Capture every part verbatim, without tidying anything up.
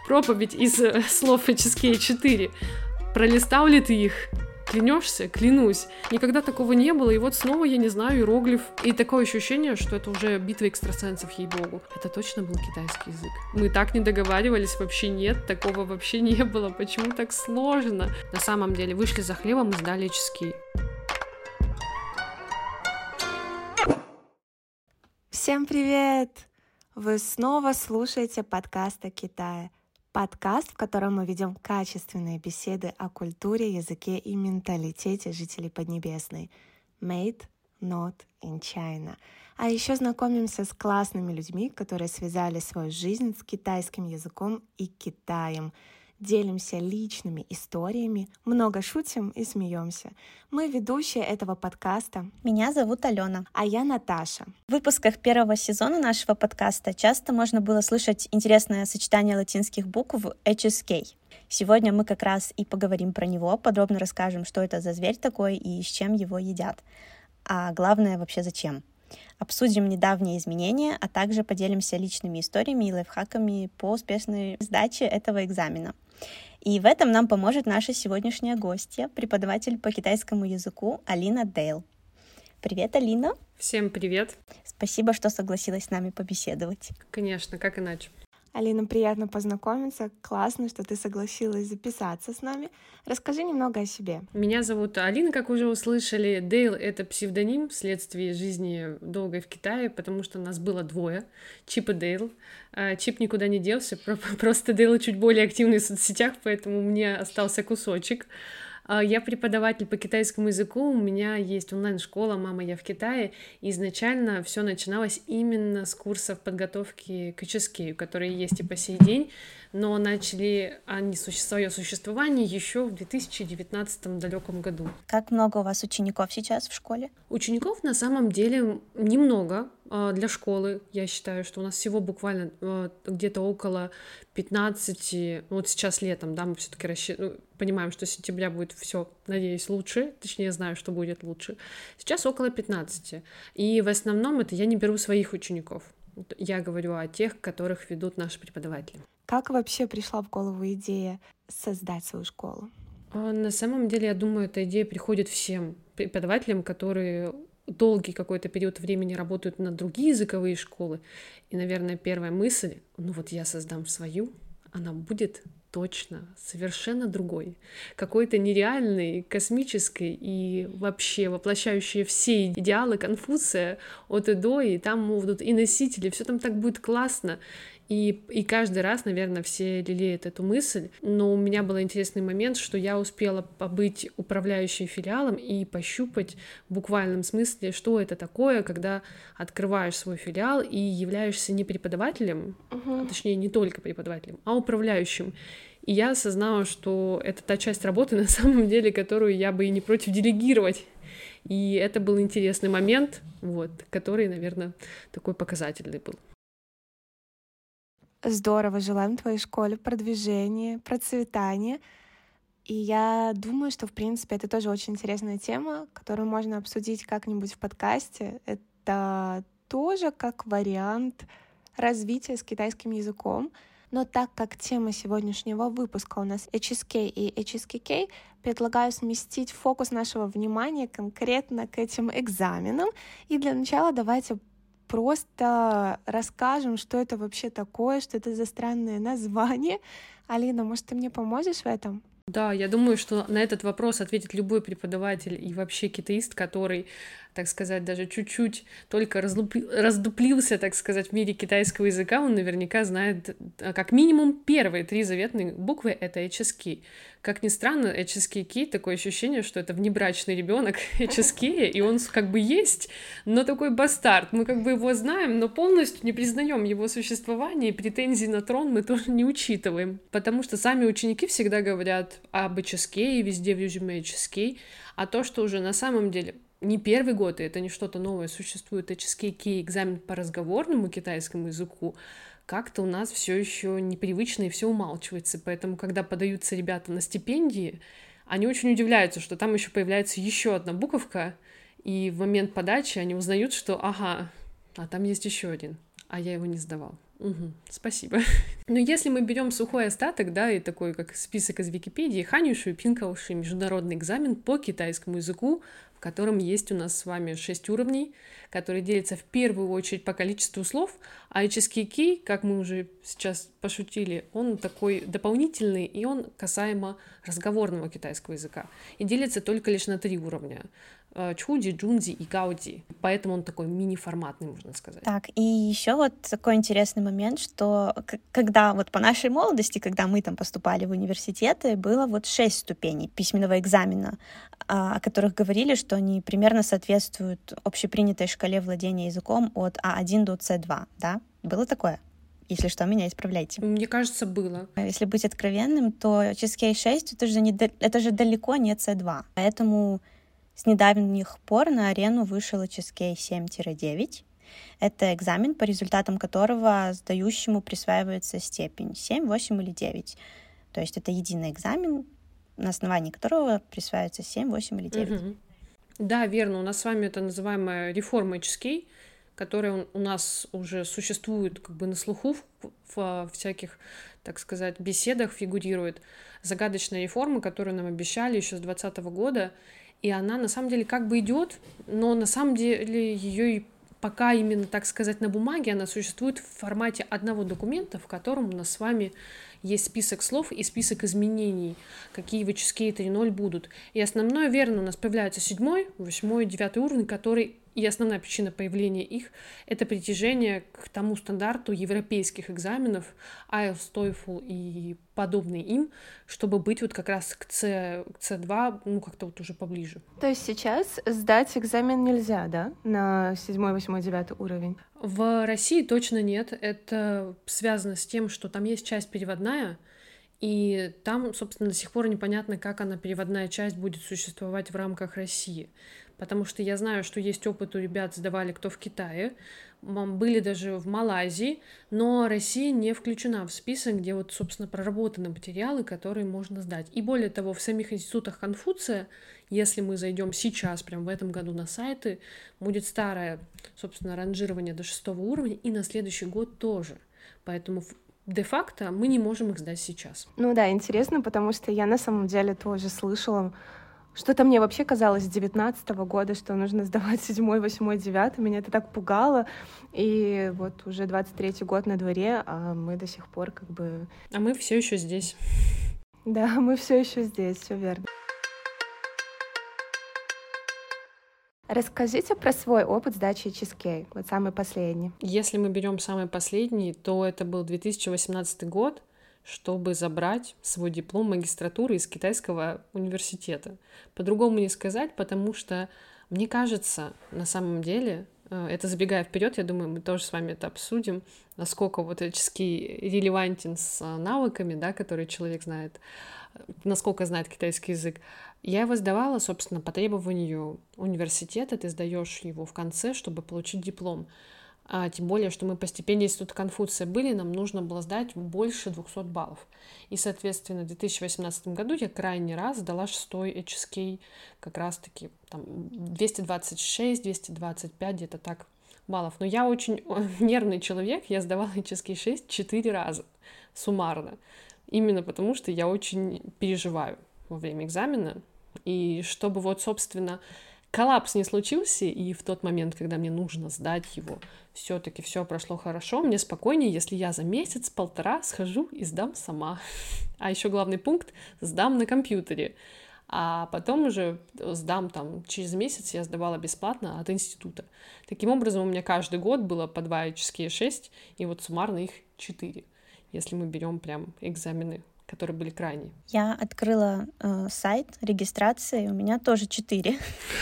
проповедь из э, слов эйч эс кей четыре. Пролистал ли ты их? Клянешься? Клянусь. Никогда такого не было, и вот снова, я не знаю, иероглиф. И такое ощущение, что это уже битва экстрасенсов, ей-богу. Это точно был китайский язык. Мы так не договаривались, вообще нет, такого вообще не было. Почему так сложно? На самом деле, вышли за хлебом и сдали эйч эс кей. Всем привет! Вы снова слушаете подкаст о Китае. Подкаст, в котором мы ведем качественные беседы о культуре, языке и менталитете жителей Поднебесной. Made not in China. А еще знакомимся с классными людьми, которые связали свою жизнь с китайским языком и Китаем. Делимся личными историями, много шутим и смеемся. Мы ведущие этого подкаста. Меня зовут Алена. А я Наташа. В выпусках первого сезона нашего подкаста часто можно было слышать интересное сочетание латинских букв эйч эс кей. Сегодня мы как раз и поговорим про него, подробно расскажем, что это за зверь такой и с чем его едят. А главное, вообще зачем. Обсудим недавние изменения, а также поделимся личными историями и лайфхаками по успешной сдаче этого экзамена. И в этом нам поможет наша сегодняшняя гостья, преподаватель по китайскому языку Алина Дейл. Привет, Алина. Всем привет. Спасибо, что согласилась с нами побеседовать. Конечно, как иначе. Алина, приятно познакомиться. Классно, что ты согласилась записаться с нами. Расскажи немного о себе. Меня зовут Алина, как уже услышали. Дейл — это псевдоним вследствие жизни долгой в Китае, потому что нас было двое, Чип и Дейл. Чип никуда не делся, просто Дейл чуть более активный в соцсетях, поэтому мне остался кусочек. Я преподаватель по китайскому языку, у меня есть онлайн-школа «Мама, я в Китае». И изначально все начиналось именно с курсов подготовки к эйч эс кей, которые есть и по сей день, но начали они свое существование еще в две тысячи девятнадцатом далеком году. Как много у вас учеников сейчас в школе? Учеников на самом деле немного для школы. Я считаю, что у нас всего буквально где-то около пятнадцати, вот сейчас летом, да, мы все-таки расщ... понимаем, что с сентября будет все, надеюсь, лучше, точнее, знаю, что будет лучше. Сейчас около пятнадцати. И в основном это я не беру своих учеников. Я говорю о тех, которых ведут наши преподаватели. Как вообще пришла в голову идея создать свою школу? На самом деле, я думаю, эта идея приходит всем преподавателям, которые долгий какой-то период времени работают на другие языковые школы. И, наверное, первая мысль, ну вот я создам свою, она будет точно совершенно другой, какой-то нереальной, космической и вообще воплощающей все идеалы Конфуция от и до, и там будут и носители, все там так будет классно. И, и каждый раз, наверное, все лелеют эту мысль. Но у меня был интересный момент, что я успела побыть управляющей филиалом и пощупать в буквальном смысле, что это такое, когда открываешь свой филиал и являешься не преподавателем, uh-huh. точнее, не только преподавателем, а управляющим. И я осознала, что это та часть работы, на самом деле, которую я бы и не против делегировать. И это был интересный момент, вот, который, наверное, такой показательный был. Здорово, желаем твоей школе продвижения, процветания. И я думаю, что, в принципе, это тоже очень интересная тема, которую можно обсудить как-нибудь в подкасте. Это тоже как вариант развития с китайским языком. Но так как тема сегодняшнего выпуска у нас эйч эс кей и эйч эс кей кей, предлагаю сместить фокус нашего внимания конкретно к этим экзаменам. И для начала давайте просто расскажем, что это вообще такое, что это за странное название. Алина, может, ты мне поможешь в этом? Да, я думаю, что на этот вопрос ответит любой преподаватель и вообще китаист, который, так сказать, даже чуть-чуть только разлупи... раздуплился, так сказать, в мире китайского языка, он наверняка знает как минимум первые три заветные буквы — это эйч эс кей. Как ни странно, эйч эс кей кей — такое ощущение, что это внебрачный ребенок эйч эс кей, и он как бы есть, но такой бастард. Мы как бы его знаем, но полностью не признаем его существование, и претензий на трон мы тоже не учитываем. Потому что сами ученики всегда говорят об эйч эс кей, везде в резюме эйч эс кей, а то, что уже на самом деле не первый год, и это не что-то новое, существует эйч эс кей кей, экзамен по разговорному китайскому языку, как-то у нас все еще непривычно и все умалчивается. Поэтому, когда подаются ребята на стипендии, они очень удивляются, что там еще появляется еще одна буковка, и в момент подачи они узнают, что ага, а там есть еще один, а я его не сдавал. Угу, спасибо. Но если мы берем сухой остаток, да, и такой, как список из Википедии, Ханюши Пинкауши международный экзамен по китайскому языку, в котором есть у нас с вами шесть уровней, которые делятся в первую очередь по количеству слов, а эйч эс кей кей, как мы уже сейчас пошутили, он такой дополнительный, и он касаемо разговорного китайского языка, и делится только лишь на три уровня. Чуди, Джунзи и Гауди. Поэтому он такой мини-форматный, можно сказать. Так, и еще вот такой интересный момент, что к- когда вот по нашей молодости, когда мы там поступали в университеты, было вот шесть ступеней письменного экзамена, а, о которых говорили, что они примерно соответствуют общепринятой шкале владения языком от а один до цэ два, да? Было такое? Если что, меня исправляйте. Мне кажется, было. Если быть откровенным, то эйч эс кей шесть это же, не, да- это же далеко не цэ два. Поэтому с недавних пор на арену вышел эйч эс кей семь девять. Это экзамен, по результатам которого сдающему присваивается степень семь, восемь или девять. То есть это единый экзамен, на основании которого присваивается семь, восемь или девять. Угу. Да, верно. У нас с вами это называемая реформа эйч эс кей, которая у нас уже существует как бы на слуху, в, в всяких, так сказать, беседах фигурирует. Загадочная реформа, которую нам обещали еще с двадцатого года. И она на самом деле как бы идет, но на самом деле ее и пока именно, так сказать, на бумаге она существует в формате одного документа, в котором у нас с вами есть список слов и список изменений, какие в эйч эс кей три ноль будут. И основное, верно, у нас появляется седьмой, восьмой, девятый уровень, который и основная причина появления их — это притяжение к тому стандарту европейских экзаменов айлтс, TOEFL и подобные им, чтобы быть вот как раз к цэ два, ну, как-то вот уже поближе. То есть сейчас сдать экзамен нельзя, да, на седьмой, восьмой, девятый уровень? В России точно нет. Это связано с тем, что там есть часть переводная, и там, собственно, до сих пор непонятно, как она, переводная часть, будет существовать в рамках России. Потому что я знаю, что есть опыт у ребят, сдавали кто в Китае, были даже в Малайзии, но Россия не включена в список, где вот, собственно, проработаны материалы, которые можно сдать. И более того, в самих институтах Конфуция, если мы зайдем сейчас, прям в этом году на сайты, будет старое, собственно, ранжирование до шестого уровня, и на следующий год тоже. Поэтому де-факто мы не можем их сдать сейчас. Ну да, интересно, потому что я на самом деле тоже слышала, что-то мне вообще казалось с девятнадцатого года, что нужно сдавать седьмой, восьмой, девятый. Меня это так пугало. И вот уже двадцать третий год на дворе, а мы до сих пор как бы... А мы все еще здесь. Да, мы все еще здесь, все верно. Расскажите про свой опыт сдачи эйч эс кей, вот самый последний. Если мы берем самый последний, то это был две тысячи восемнадцатый год, чтобы забрать свой диплом магистратуры из китайского университета. По-другому не сказать, потому что, мне кажется, на самом деле, это забегая вперед, я думаю, мы тоже с вами это обсудим, насколько вот эйч эс кей релевантен с навыками, да, которые человек знает, насколько знает китайский язык. Я его сдавала, собственно, по требованию университета, ты сдаешь его в конце, чтобы получить диплом. А тем более, что мы по стипендии Института Конфуция были, нам нужно было сдать больше двухсот баллов. И, соответственно, в две тысячи восемнадцатом году я крайний раз сдала шестой эйч эс кей, как раз-таки там двести двадцать шесть - двести двадцать пять, где-то так, баллов. Но я очень нервный человек, я сдавала эйч эс кей шесть четыре раза суммарно. Именно потому, что я очень переживаю во время экзамена. И чтобы вот, собственно, коллапс не случился, и в тот момент, когда мне нужно сдать его, все-таки все прошло хорошо, мне спокойнее, если я за месяц-полтора схожу и сдам сама. А еще главный пункт — сдам на компьютере. А потом уже сдам там через месяц, я сдавала бесплатно от института. Таким образом, у меня каждый год было по два эйч эс кей шесть, и вот суммарно их четыре, если мы берем прям экзамены, которые были крайние. Я открыла э, сайт регистрации, у меня тоже четыре.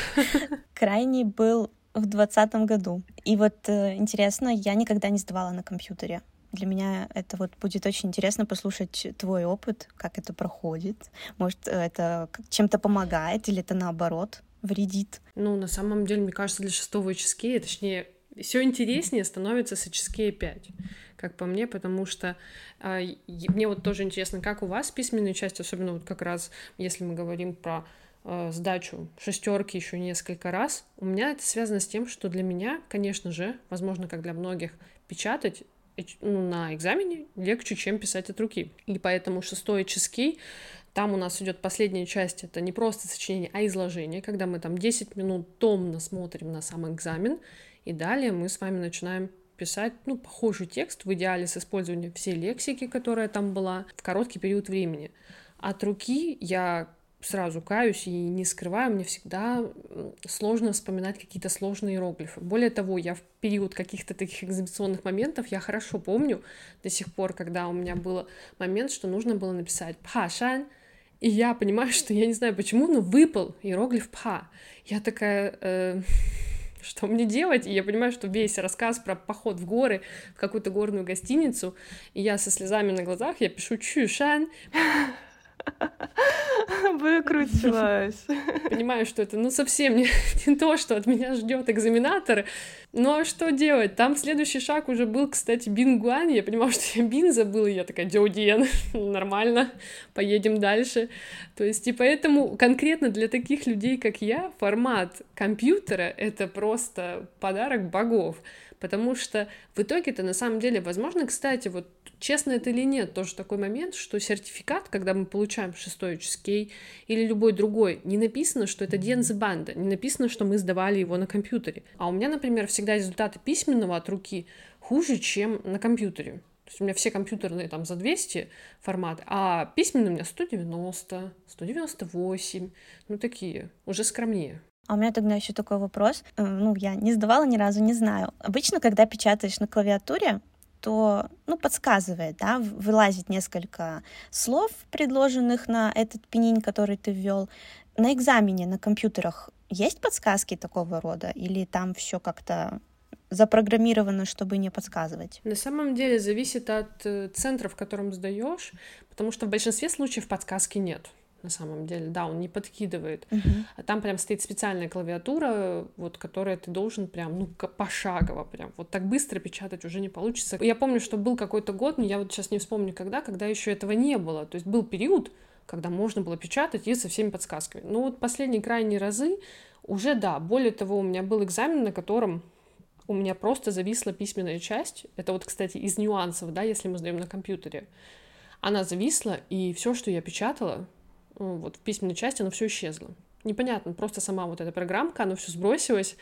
Крайний был в двадцатом году. И вот э, интересно, я никогда не сдавала на компьютере. Для меня это вот будет очень интересно послушать твой опыт, как это проходит. Может, это чем-то помогает или это наоборот вредит? Ну, на самом деле, мне кажется, для шестого эйч эс кей, точнее, все интереснее становится с эйч эс кей пять, как по мне, потому что э, мне вот тоже интересно, как у вас письменная часть, особенно вот как раз, если мы говорим про э, сдачу шестерки еще несколько раз, у меня это связано с тем, что для меня, конечно же, возможно, как для многих, печатать ну, на экзамене легче, чем писать от руки. И поэтому шестой эйч эс кей, там у нас идет последняя часть, это не просто сочинение, а изложение, когда мы там десять минут томно смотрим на сам экзамен, и далее мы с вами начинаем писать, ну, похожий текст, в идеале с использованием всей лексики, которая там была, в короткий период времени. От руки я сразу каюсь и не скрываю, мне всегда сложно вспоминать какие-то сложные иероглифы. Более того, я в период каких-то таких экзаменационных моментов, я хорошо помню до сих пор, когда у меня был момент, что нужно было написать «пха-шань», и я понимаю, что я не знаю почему, но выпал иероглиф «пха». Я такая... Э, что мне делать? И я понимаю, что весь рассказ про поход в горы, в какую-то горную гостиницу, и я со слезами на глазах, я пишу «чу-шань», выкрутилась. Понимаю, что это ну совсем не, не то, что от меня ждет экзаменатор. Ну а что делать? Там следующий шаг уже был, кстати, бингуань. Я понимала, что я бин забыла, и я такая, дёдиен, нормально, поедем дальше. То есть, и поэтому конкретно для таких людей, как я, формат компьютера — это просто подарок богов. Потому что в итоге-то на самом деле, возможно, кстати, вот честно это или нет, тоже такой момент, что сертификат, когда мы получаем шестой эйч эс кей или любой другой, не написано, что это Дензбанда, не написано, что мы сдавали его на компьютере. А у меня, например, всегда результаты письменного от руки хуже, чем на компьютере. То есть у меня все компьютерные там за двести форматы, а письменные у меня сто девяносто, сто девяносто восемь, ну такие, уже скромнее. А у меня тогда еще такой вопрос. Ну, я не сдавала ни разу, не знаю. Обычно, когда печатаешь на клавиатуре, то, ну, подсказывает, да, вылазит несколько слов, предложенных на этот пенинь, который ты ввел. На экзамене на компьютерах есть подсказки такого рода? Или там все как-то запрограммировано, чтобы не подсказывать? На самом деле зависит от центра, в котором сдаешь, потому что в большинстве случаев подсказки нет. На самом деле, да, он не подкидывает. Uh-huh. А там прям стоит специальная клавиатура, вот, которая ты должен прям, ну, пошагово прям. Вот так быстро печатать уже не получится. Я помню, что был какой-то год, но я вот сейчас не вспомню, когда, когда еще этого не было. То есть был период, когда можно было печатать и со всеми подсказками. Но вот последние крайние разы уже, да. Более того, у меня был экзамен, на котором у меня просто зависла письменная часть. Это вот, кстати, из нюансов, да, если мы сдаем на компьютере. Она зависла, и все, что я печатала, вот в письменной части, оно все исчезло. Непонятно, просто сама вот эта программка, она все сбросилась,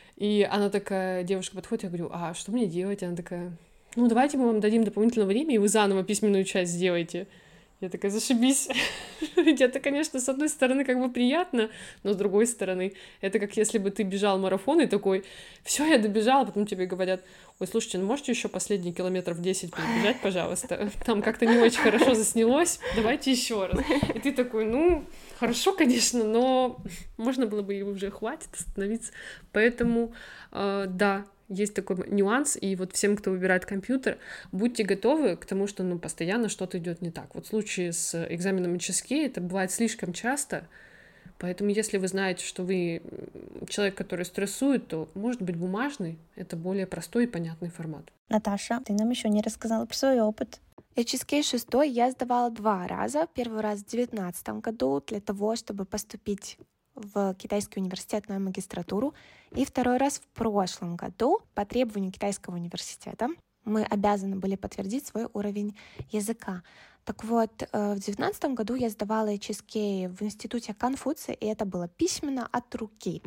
и она такая, девушка подходит, я говорю, а что мне делать? Она такая, ну давайте мы вам дадим дополнительное время, и вы заново письменную часть сделаете. Я такая, зашибись. Это, конечно, с одной стороны как бы приятно, но с другой стороны, это как если бы ты бежал марафон и такой, все, я добежала, потом тебе говорят, ой, слушайте, ну можете еще последние километров десять перебежать, пожалуйста? Там как-то не очень хорошо заснялось, давайте еще раз. И ты такой, ну, хорошо, конечно, но можно было бы и уже хватит остановиться. Поэтому, э, да, есть такой нюанс, и вот всем, кто выбирает компьютер, будьте готовы к тому, что ну, постоянно что-то идет не так. Вот в случае с экзаменом эйч эс кей это бывает слишком часто, поэтому если вы знаете, что вы человек, который стрессует, то, может быть, бумажный — это более простой и понятный формат. Наташа, ты нам еще не рассказала про свой опыт. эйч эс кей шесть я сдавала два раза. Первый раз в две тысячи девятнадцатом году для того, чтобы поступить в Китайский университет на магистратуру, и второй раз в прошлом году по требованию Китайского университета мы обязаны были подтвердить свой уровень языка. Так вот, в две тысячи девятнадцатом году я сдавала эйч эс кей в институте Конфуция, и это было письменно от руки.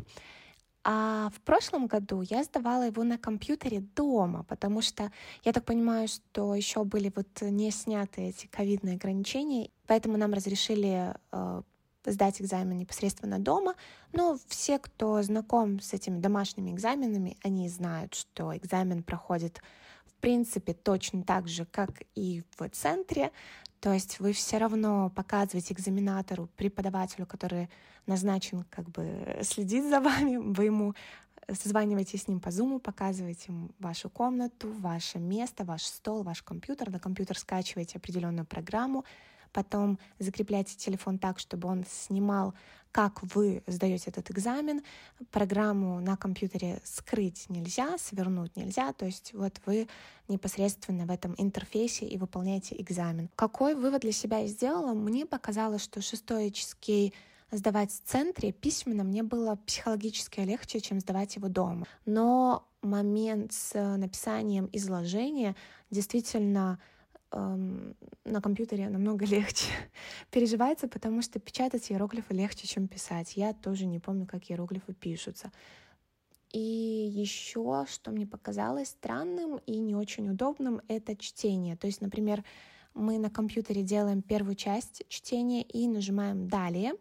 А в прошлом году я сдавала его на компьютере дома, потому что я так понимаю, что еще были вот не сняты эти ковидные ограничения, поэтому нам разрешили э, сдать экзамен непосредственно дома, но все, кто знаком с этими домашними экзаменами, они знают, что экзамен проходит в принципе точно так же, как и в центре, то есть вы все равно показываете экзаменатору, преподавателю, который назначен как бы следить за вами, вы ему созваниваете с ним по зуму, показываете ему вашу комнату, ваше место, ваш стол, ваш компьютер, на компьютер скачиваете определенную программу, потом закрепляйте телефон так, чтобы он снимал, как вы сдаете этот экзамен. Программу на компьютере скрыть нельзя, свернуть нельзя, то есть вот вы непосредственно в этом интерфейсе и выполняете экзамен. Какой вывод для себя я сделала? Мне показалось, что шестой эйч эс кей сдавать в центре письменно мне было психологически легче, чем сдавать его дома. Но момент с написанием изложения действительно эм, на компьютере намного легче переживается, потому что печатать иероглифы легче, чем писать. Я тоже не помню, как иероглифы пишутся. И еще, что мне показалось странным и не очень удобным, это чтение. То есть, например, мы на компьютере делаем первую часть чтения и нажимаем «Далее»,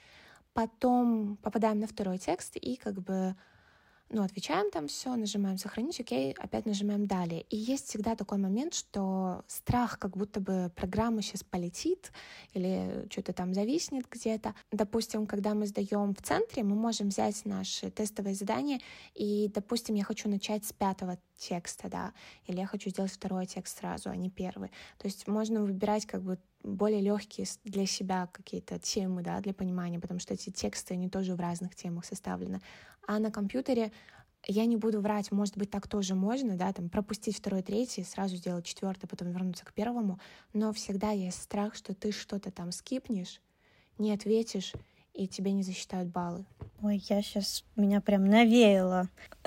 потом попадаем на второй текст и как бы ну, отвечаем там все, нажимаем «Сохранить», окей, опять нажимаем «Далее». И есть всегда такой момент, что страх, как будто бы программа сейчас полетит или что-то там зависнет где-то. Допустим, когда мы сдаем в центре, мы можем взять наши тестовые задания и, допустим, я хочу начать с пятого текста, да, или я хочу сделать второй текст сразу, а не первый. То есть можно выбирать как бы более легкие для себя какие-то темы, да, для понимания, потому что эти тексты, они тоже в разных темах составлены. А на компьютере я не буду врать, может быть, так тоже можно, да, там пропустить второй, третий, сразу сделать четвертый, потом вернуться к первому, но всегда есть страх, что ты что-то там скипнешь, не ответишь, и тебе не засчитают баллы. Ой, я сейчас, меня прям навеяло.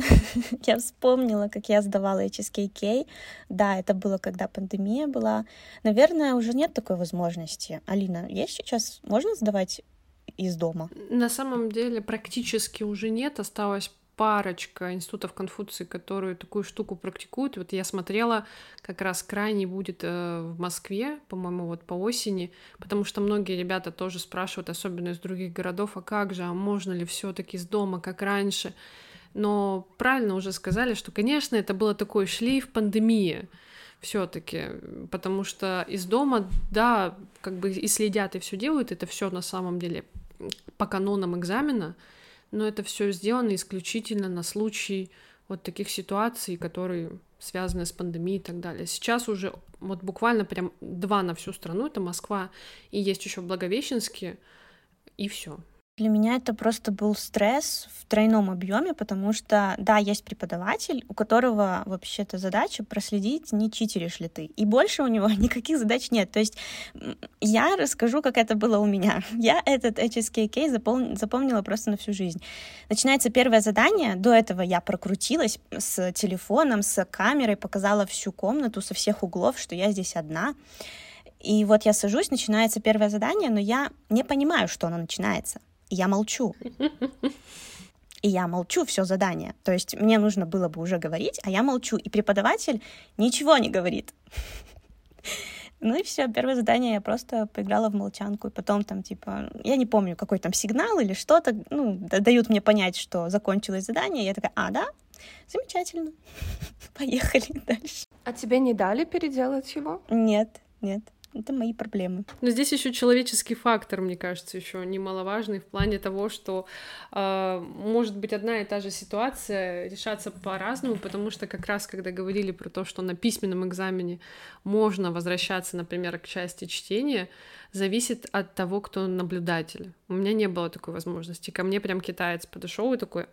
Я вспомнила, как я сдавала эйч эс кей кей. Да, это было, когда пандемия была. Наверное, уже нет такой возможности. Алина, есть сейчас? Можно сдавать из дома? На самом деле практически уже нет. Осталось парочка институтов Конфуции, которые такую штуку практикуют. Вот я смотрела, как раз крайний будет э, в Москве, по-моему, вот по осени, потому что многие ребята тоже спрашивают, особенно из других городов, а как же, а можно ли все-таки из дома, как раньше? Но правильно уже сказали, что, конечно, это было такой шлейф пандемии все-таки, потому что из дома, да, как бы и следят, и все делают, это все на самом деле по канонам экзамена, но это все сделано исключительно на случай вот таких ситуаций, которые связаны с пандемией и так далее. Сейчас уже вот буквально прям два на всю страну, это Москва, и есть еще Благовещенске, и все. Для меня это просто был стресс в тройном объеме, потому что, да, есть преподаватель, у которого вообще-то задача проследить, не читеришь ли ты. И больше у него никаких задач нет. То есть я расскажу, как это было у меня. Я этот эйч эс кей кей запом... запомнила просто на всю жизнь. Начинается первое задание. До этого я прокрутилась с телефоном, с камерой, показала всю комнату со всех углов, что я здесь одна. И вот я сажусь, начинается первое задание, но я не понимаю, что оно начинается. И я молчу. И я молчу все задание. То есть мне нужно было бы уже говорить, а я молчу. И преподаватель ничего не говорит. Ну и все, первое задание я просто поиграла в молчанку. И потом там, типа, я не помню, какой там сигнал или что-то, ну, дают мне понять, что закончилось задание. Я такая, а, да? Замечательно. Поехали дальше. А тебе не дали переделать его? Нет, нет. Это мои проблемы. Но здесь еще человеческий фактор, мне кажется, еще немаловажный в плане того, что э, может быть одна и та же ситуация решаться по-разному, потому что как раз когда говорили про то, что на письменном экзамене можно возвращаться, например, к части чтения, зависит от того, кто наблюдатель. У меня не было такой возможности. Ко мне прям китаец подошел и такой: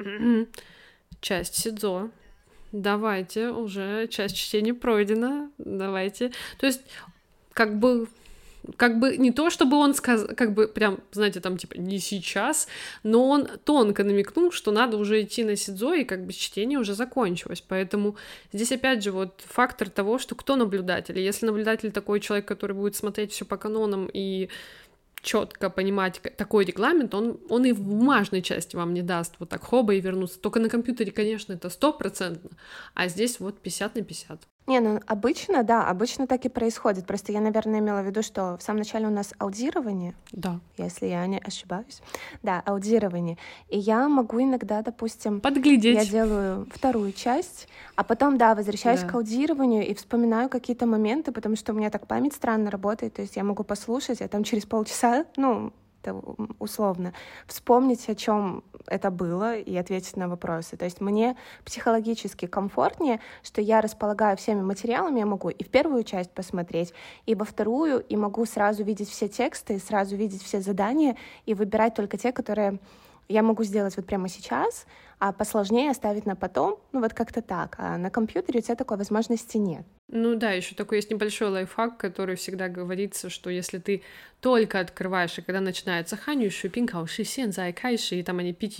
часть СИДЗО. Давайте, уже часть чтения пройдена, давайте. То есть как бы, как бы не то, чтобы он сказал, как бы прям, знаете, там типа не сейчас, но он тонко намекнул, что надо уже идти на СИДЗО, и как бы чтение уже закончилось. Поэтому здесь опять же вот фактор того, что кто наблюдатель. И если наблюдатель такой человек, который будет смотреть все по канонам и четко понимать такой регламент, он, он и в бумажной части вам не даст вот так хоба и вернуться. Только на компьютере, конечно, это стопроцентно, а здесь вот пятьдесят на пятьдесят. Не, ну обычно, да, обычно так и происходит. Просто я, наверное, имела в виду, что в самом начале у нас аудирование, да, если я не ошибаюсь. Да, аудирование. И я могу иногда, допустим, подглядеть. Я делаю вторую часть, а потом, да, возвращаюсь да. к аудированию и вспоминаю какие-то моменты, потому что у меня так память странно работает. То есть я могу послушать, а там через полчаса, ну, это условно, вспомнить, о чем это было, и ответить на вопросы. То есть мне психологически комфортнее, что я располагаю всеми материалами, я могу и в первую часть посмотреть, и во вторую, и могу сразу видеть все тексты, сразу видеть все задания и выбирать только те, которые я могу сделать вот прямо сейчас, а посложнее оставить на потом, ну вот как-то так. А на компьютере у тебя такой возможности нет. Ну да, еще такой есть небольшой лайфхак, который всегда говорится, что если ты только открываешь, и когда начинается ханью шипин каоши сензай кайши, и там они пятью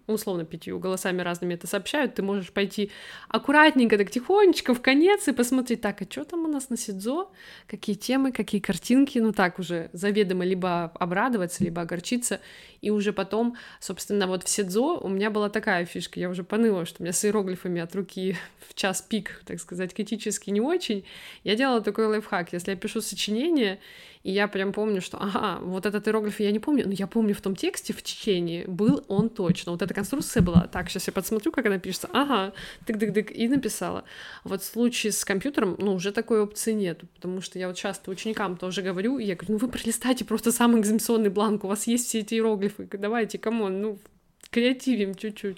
условно пятью голосами разными это сообщают, ты можешь пойти аккуратненько, так тихонечко в конец и посмотреть, так, а что там у нас на Сидзо, какие темы, какие картинки, ну так уже заведомо либо обрадоваться, либо огорчиться, и уже потом, собственно, вот в Сидзо у меня была такая фишка, я уже поныла, что у меня с иероглифами от руки в час пик, так сказать, критически не очень, я делала такой лайфхак, если я пишу сочинение, и я прям помню, что, ага, вот этот иероглиф я не помню, но я помню в том тексте, в чтении, был он точно. Вот эта конструкция была. Так, сейчас я подсмотрю, как она пишется. Ага, тык-дык-дык, и написала. Вот в случае с компьютером, ну, уже такой опции нет, потому что я вот часто ученикам тоже говорю, и я говорю, ну, вы пролистайте просто самый экзаменационный бланк, у вас есть все эти иероглифы, давайте, камон, ну, креативим чуть-чуть.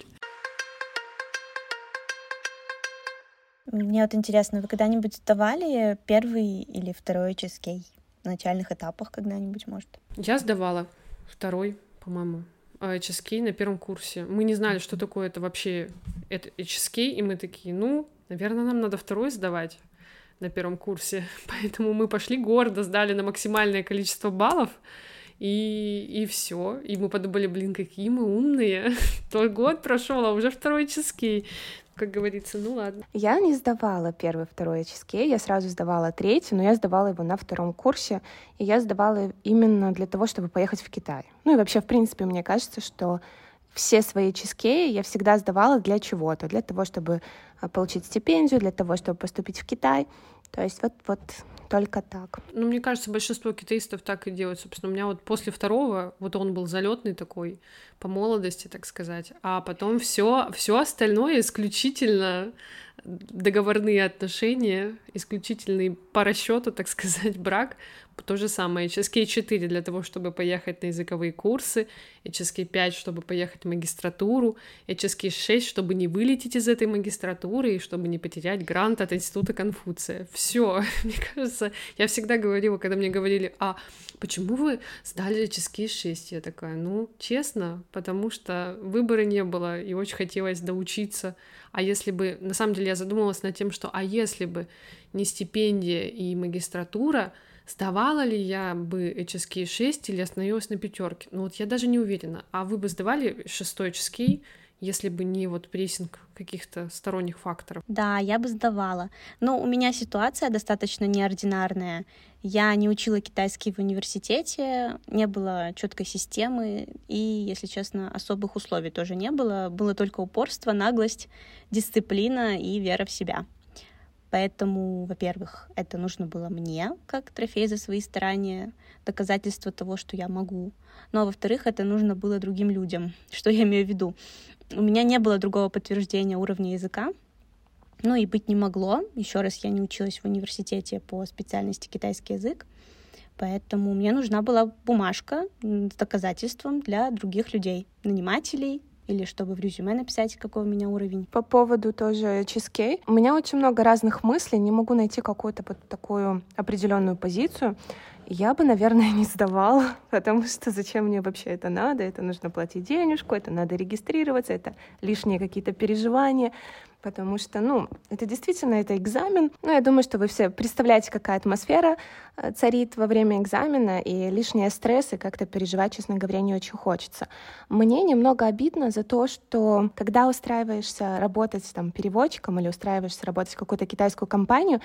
Мне вот интересно, вы когда-нибудь сдавали первый или второй чизкей? В начальных этапах когда-нибудь, может? Я сдавала второй, по-моему, эйч эс кей на первом курсе. Мы не знали, что такое это вообще это эйч эс кей, и мы такие, ну, наверное, нам надо второй сдавать на первом курсе. Поэтому мы пошли гордо, сдали на максимальное количество баллов, и, и все. И мы подумали, блин, какие мы умные. Тот год прошел, а уже второй эйч эс кей. Как говорится, ну ладно. Я не сдавала первый, второй эйч эс кей, я сразу сдавала третий, но я сдавала его на втором курсе, и я сдавала именно для того, чтобы поехать в Китай. Ну и вообще, в принципе, мне кажется, что все свои эйч эс кей я всегда сдавала для чего-то, для того, чтобы получить стипендию, для того, чтобы поступить в Китай. То есть вот, вот только так. Ну, мне кажется, большинство китаистов так и делают. Собственно, у меня вот после второго, вот он был залетный такой, по молодости, так сказать, а потом все, все остальное исключительно договорные отношения, исключительный по расчету, так сказать, брак. То же самое, эйч эс кей четыре для того, чтобы поехать на языковые курсы, эйч эс кей пять, чтобы поехать в магистратуру, эйч эс кей шесть, чтобы не вылететь из этой магистратуры и чтобы не потерять грант от Института Конфуция. Все, мне кажется, я всегда говорила, когда мне говорили, а почему вы сдали эйч эс кей шесть? Я такая, ну, честно, потому что выбора не было, и очень хотелось доучиться. А если бы, на самом деле я задумалась над тем, что, а если бы не стипендия и магистратура, сдавала ли я бы эйч эс кей шесть или остановилась на пятерке? Ну вот я даже не уверена. А вы бы сдавали шестой эйч эс кей, если бы не вот прессинг каких-то сторонних факторов? Да, я бы сдавала. Но у меня ситуация достаточно неординарная. Я не учила китайский в университете, не было четкой системы и, если честно, особых условий тоже не было. Было только упорство, наглость, дисциплина и вера в себя. Поэтому, во-первых, это нужно было мне, как трофей за свои старания, доказательство того, что я могу. Ну, а во-вторых, это нужно было другим людям. Что я имею в виду? У меня не было другого подтверждения уровня языка, ну и быть не могло. Еще раз, я не училась в университете по специальности китайский язык, поэтому мне нужна была бумажка с доказательством для других людей, нанимателей, или чтобы в резюме написать, какой у меня уровень. По поводу тоже эйч эс кей. У меня очень много разных мыслей, не могу найти какую-то вот такую определенную позицию. Я бы, наверное, не сдавала, потому что зачем мне вообще это надо? Это нужно платить денежку, это надо регистрироваться, это лишние какие-то переживания, потому что, ну, это действительно это экзамен. Ну, я думаю, что вы все представляете, какая атмосфера царит во время экзамена, и лишние стрессы, как-то переживать, честно говоря, не очень хочется. Мне немного обидно за то, что когда устраиваешься работать там переводчиком или устраиваешься работать в какую-то китайскую компанию,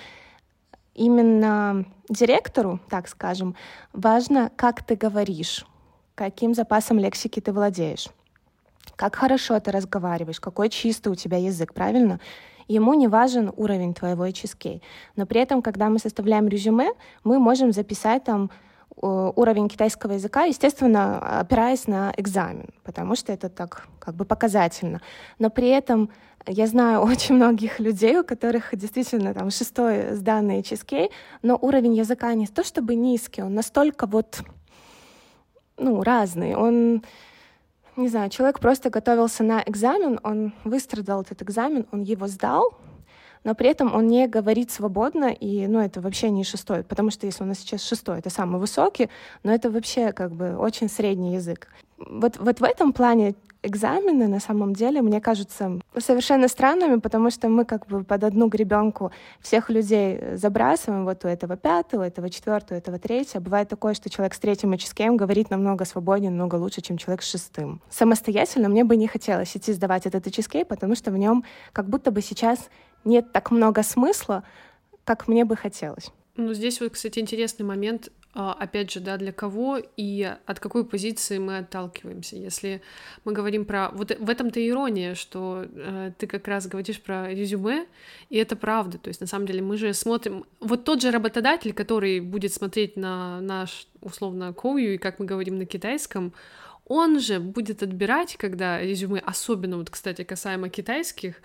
именно директору, так скажем, важно, как ты говоришь, каким запасом лексики ты владеешь, как хорошо ты разговариваешь, какой чистый у тебя язык, правильно? Ему не важен уровень твоего эйч эс кей. Но при этом, когда мы составляем резюме, мы можем записать там уровень китайского языка, естественно, опираясь на экзамен, потому что это так как бы показательно. Но при этом я знаю очень многих людей, у которых действительно там шестой сданный эйч эс кей, но уровень языка не то чтобы низкий, он настолько вот, ну, разный. Он, не знаю, человек просто готовился на экзамен, он выстрадал этот экзамен, он его сдал, но при этом он не говорит свободно, и, ну, это вообще не шестой, потому что если у нас сейчас шестой, это самый высокий, но это вообще как бы очень средний язык. Вот, вот в этом плане экзамены, на самом деле, мне кажутся совершенно странными, потому что мы как бы под одну гребенку всех людей забрасываем, вот у этого пятого, у этого четвертого, у этого третьего. Бывает такое, что человек с третьим эйч эс кей говорит намного свободнее, намного лучше, чем человек с шестым. Самостоятельно мне бы не хотелось идти сдавать этот эйч эс кей, потому что в нем как будто бы сейчас нет так много смысла, как мне бы хотелось. Ну, здесь вот, кстати, интересный момент, опять же, да, для кого и от какой позиции мы отталкиваемся. Если мы говорим про... Вот в этом-то ирония, что э, ты как раз говоришь про резюме, и это правда. То есть, на самом деле, мы же смотрим... Вот тот же работодатель, который будет смотреть на наш, условно, коую, и как мы говорим на китайском, он же будет отбирать, когда резюме, особенно вот, кстати, касаемо китайских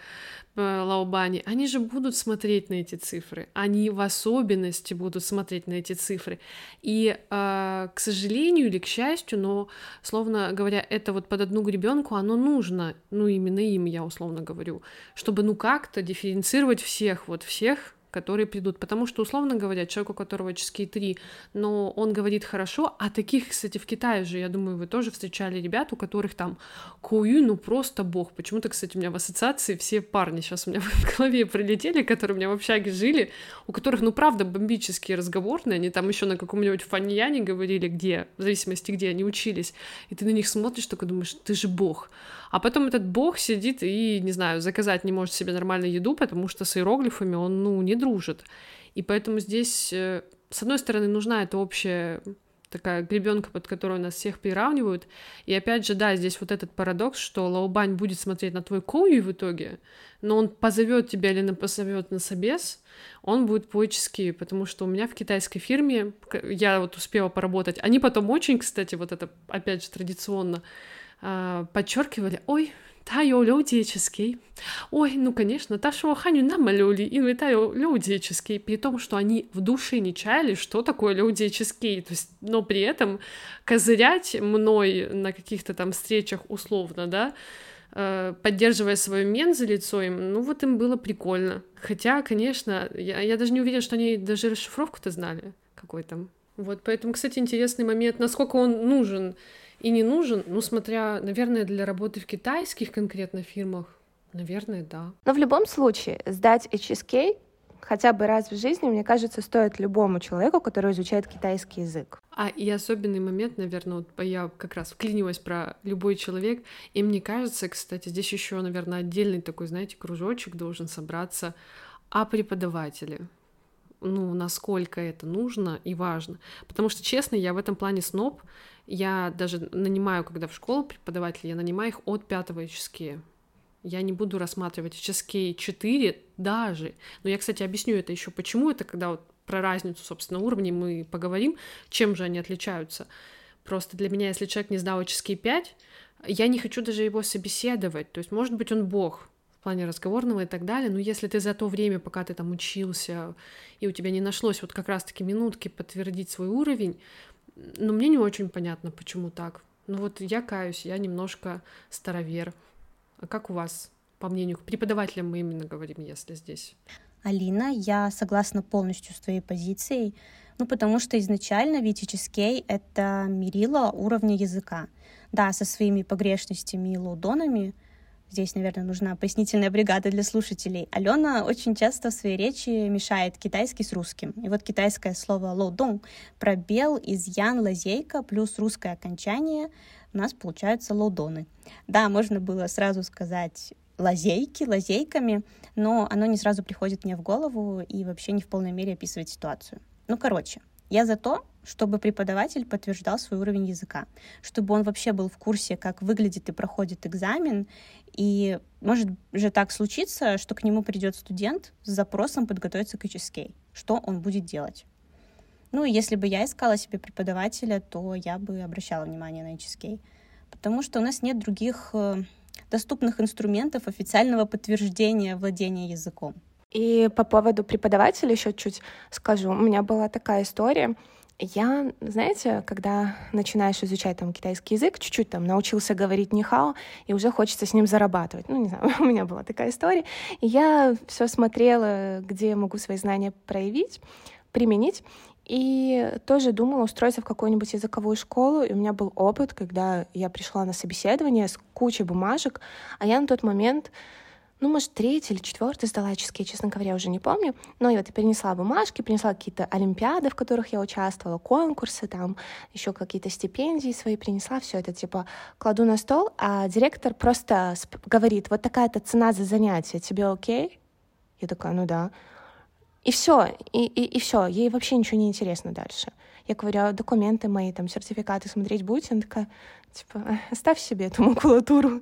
лаобани, они же будут смотреть на эти цифры, они в особенности будут смотреть на эти цифры. И, э, к сожалению или к счастью, но, словно говоря, это вот под одну гребенку, оно нужно, ну, именно им, я условно говорю, чтобы, ну, как-то дифференцировать всех, вот всех, которые придут, потому что, условно говоря, человек, у которого эйч эс кей три, но он говорит хорошо, а таких, кстати, в Китае же, я думаю, вы тоже встречали ребят, у которых там коую, ну просто бог. Почему-то, кстати, у меня в ассоциации все парни сейчас у меня в голове прилетели, которые у меня в общаге жили, у которых, ну правда, бомбические разговорные, они там еще на каком-нибудь фаньяне говорили, где, в зависимости, где они учились, и ты на них смотришь, только думаешь, ты же бог. А потом этот бог сидит и, не знаю, заказать не может себе нормальную еду, потому что с иероглифами он, ну, не дружит. И поэтому здесь, с одной стороны, нужна эта общая такая гребенка, под которую нас всех приравнивают. И опять же, да, здесь вот этот парадокс, что лаобань будет смотреть на твой коую в итоге, но он позовет тебя или позовет на собес, он будет по эйч эс кей, потому что у меня в китайской фирме, я вот успела поработать, они потом очень, кстати, вот это, опять же, традиционно подчеркивали, ой, та йо люди ой, ну, конечно, та шо ханю намалюли, и та йо люди при том, что они в душе не чаяли, что такое люди то есть, но при этом козырять мной на каких-то там встречах условно, да, поддерживая свое мен за лицо им, ну, вот им было прикольно. Хотя, конечно, я, я даже не уверена, что они даже расшифровку-то знали, какой там. Вот, поэтому, кстати, интересный момент, насколько он нужен и не нужен, ну, смотря, наверное, для работы в китайских конкретно фирмах, наверное, да. Но в любом случае сдать эйч эс кей хотя бы раз в жизни, мне кажется, стоит любому человеку, который изучает китайский язык. А и особенный момент, наверное, вот я как раз вклинилась про любой человек, и мне кажется, кстати, здесь еще, наверное, отдельный такой, знаете, кружочек должен собраться о преподавателе. Ну, насколько это нужно и важно. Потому что, честно, я в этом плане сноб. Я даже нанимаю, когда в школу преподавателей, я нанимаю их от пятого эйч эс кей. Я не буду рассматривать эйч эс кей четыре даже. Но я, кстати, объясню это еще, почему это, когда вот про разницу, собственно, уровней мы поговорим, чем же они отличаются. Просто для меня, если человек не сдал эйч эс кей пять, я не хочу даже его собеседовать. То есть, может быть, он бог в плане разговорного и так далее, но если ты за то время, пока ты там учился, и у тебя не нашлось вот как раз-таки минутки подтвердить свой уровень, ну, мне не очень понятно, почему так. Ну, вот я каюсь, я немножко старовер. А как у вас, по мнению, к преподавателям мы именно говорим, если здесь? Алина, я согласна полностью с твоей позицией, ну, потому что изначально ведь эйч эс кей — это мерило уровня языка. Да, со своими погрешностями и лоудонами. Здесь, наверное, нужна пояснительная бригада для слушателей. Алена очень часто в своей речи мешает китайский с русским. И вот китайское слово лоудон, пробел, изъян, лазейка, плюс русское окончание, у нас получаются лоудоны. Да, можно было сразу сказать лазейки, лазейками, но оно не сразу приходит мне в голову и вообще не в полной мере описывает ситуацию. Ну, короче, я за то, чтобы преподаватель подтверждал свой уровень языка, чтобы он вообще был в курсе, как выглядит и проходит экзамен, и может же так случиться, что к нему придет студент с запросом подготовиться к эйч эс кей. Что он будет делать? Ну, и если бы я искала себе преподавателя, то я бы обращала внимание на эйч эс кей, потому что у нас нет других э, доступных инструментов официального подтверждения владения языком. И по поводу преподавателя еще чуть скажу. У меня была такая история. Я, знаете, когда начинаешь изучать там китайский язык, чуть-чуть там научился говорить нихао, и уже хочется с ним зарабатывать. Ну, не знаю, у меня была такая история. И я все смотрела, где я могу свои знания проявить, применить. И тоже думала устроиться в какую-нибудь языковую школу. И у меня был опыт, когда я пришла на собеседование с кучей бумажек, а я на тот момент... Ну, может, третий или четвертый сдала чешский, честно говоря, уже не помню. Но я вот и принесла бумажки, принесла какие-то олимпиады, в которых я участвовала, конкурсы, там еще какие-то стипендии свои принесла. Все это типа кладу на стол, а директор просто сп- говорит: вот такая-то цена за занятие, тебе окей? Я такая: ну да. И все, и, и, и все, ей вообще ничего не интересно дальше. Я говорю: а документы мои, там, сертификаты смотреть будете? Она такая, типа, оставь себе эту макулатуру.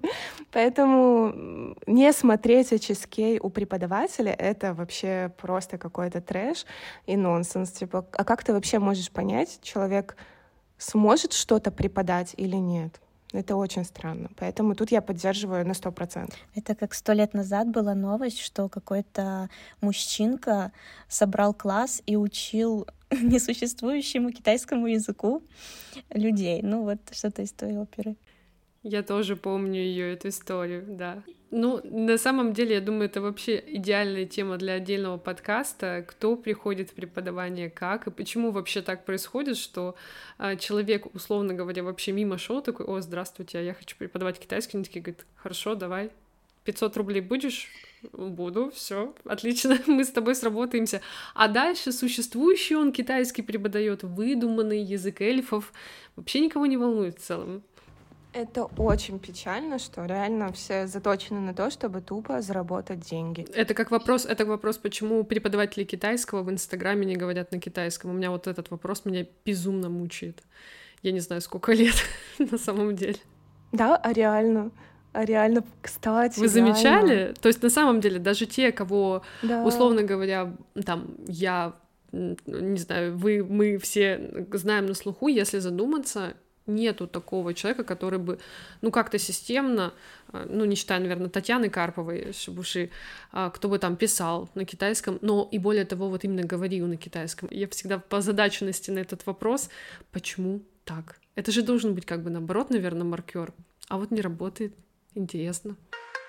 Поэтому не смотреть эйч эс кей у преподавателя — это вообще просто какой-то трэш и нонсенс. Типа, а как ты вообще можешь понять, человек сможет что-то преподать или нет? Это очень странно. Поэтому тут я поддерживаю на сто процентов. Это как сто лет назад была новость, что какой-то мужчинка собрал класс и учил несуществующему китайскому языку людей. Ну вот что-то из той оперы. Я тоже помню ее, эту историю, да. Ну, на самом деле, я думаю, это вообще идеальная тема для отдельного подкаста. Кто приходит в преподавание, как и почему вообще так происходит, что а, человек, условно говоря, вообще мимо шел, такой: о, здравствуйте, а я хочу преподавать китайский. Они такие говорят: хорошо, давай, пятьсот рублей будешь? Буду, все, отлично, мы с тобой сработаемся. А дальше существующий он китайский преподает, выдуманный язык эльфов, вообще никого не волнует в целом. Это очень печально, что реально все заточены на то, чтобы тупо заработать деньги. Это как вопрос, это вопрос, почему преподаватели китайского в Инстаграме не говорят на китайском. У меня вот этот вопрос меня безумно мучает. Я не знаю, сколько лет на самом деле. Да, а реально... А реально, кстати, Вы замечали? реально. То есть на самом деле даже те, кого, да. условно говоря, там, я, не знаю, вы, мы все знаем на слуху, если задуматься, нету такого человека, который бы, ну, как-то системно, ну, не считая, наверное, Татьяны Карповой, Шибуши, кто бы там писал на китайском, но и более того, вот именно говорил на китайском. Я всегда по озадаченности на этот вопрос: почему так? Это же должен быть как бы наоборот, наверное, маркер, а вот не работает. Интересно.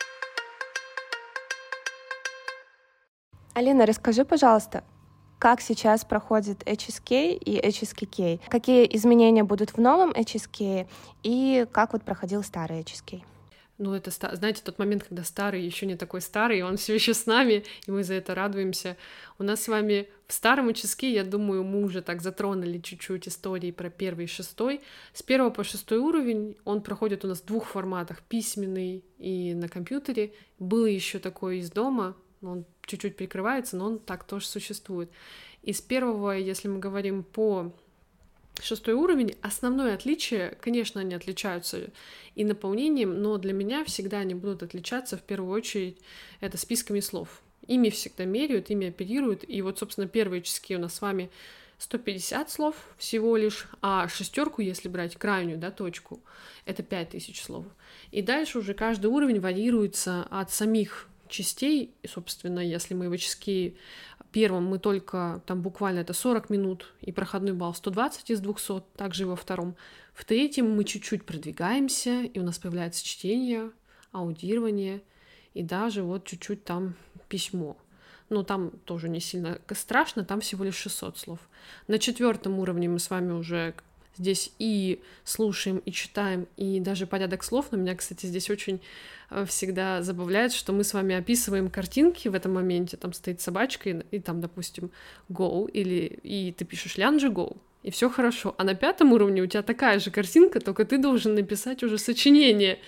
Алина, расскажи, пожалуйста, как сейчас проходит эйч эс кей и эйч эс кей кей? Какие изменения будут в новом эйч эс кей и как вот проходил старый эйч эс кей? Ну, это, знаете, тот момент, когда старый еще не такой старый, он все еще с нами, и мы за это радуемся. У нас с вами в старом эйч эс кей, я думаю, мы уже так затронули чуть-чуть истории про первый и шестой. С первого по шестой уровень он проходит у нас в двух форматах: письменный и на компьютере. Был еще такой из дома, он чуть-чуть прикрывается, но он так тоже существует. И с первого, если мы говорим по шестой уровень, основное отличие, конечно, они отличаются и наполнением, но для меня всегда они будут отличаться в первую очередь это списками слов. Ими всегда меряют, ими оперируют, и вот, собственно, первые эйч эс кей у нас с вами сто пятьдесят слов всего лишь, а шестерку, если брать крайнюю, да, точку, это пять тысяч слов. И дальше уже каждый уровень варьируется от самих частей, и, собственно, если мы в эйч эс кей первом мы только, там буквально это сорок минут, и проходной балл сто двадцать из двухсот, также и во втором. В третьем мы чуть-чуть продвигаемся, и у нас появляется чтение, аудирование, и даже вот чуть-чуть там письмо. Но там тоже не сильно страшно, там всего лишь шестьсот слов. На четвертом уровне мы с вами уже здесь и слушаем, и читаем, и даже порядок слов. Но меня, кстати, здесь очень всегда забавляет, что мы с вами описываем картинки в этом моменте. Там стоит собачка, и, и там, допустим, go, или и ты пишешь лянджи go, и все хорошо. А на пятом уровне у тебя такая же картинка, только ты должен написать уже сочинение.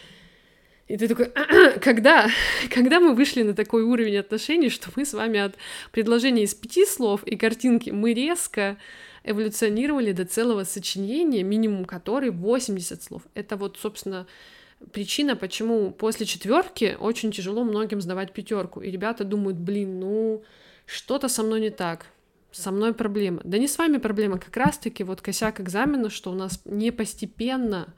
И ты такой: когда? Когда мы вышли на такой уровень отношений, что мы с вами от предложения из пяти слов и картинки мы резко эволюционировали до целого сочинения, минимум которой восемьдесят слов. Это вот, собственно, причина, почему после четверки очень тяжело многим сдавать пятерку. И ребята думают: блин, ну что-то со мной не так, со мной проблема. Да не с вами проблема, как раз-таки вот косяк экзамена, что у нас не постепенно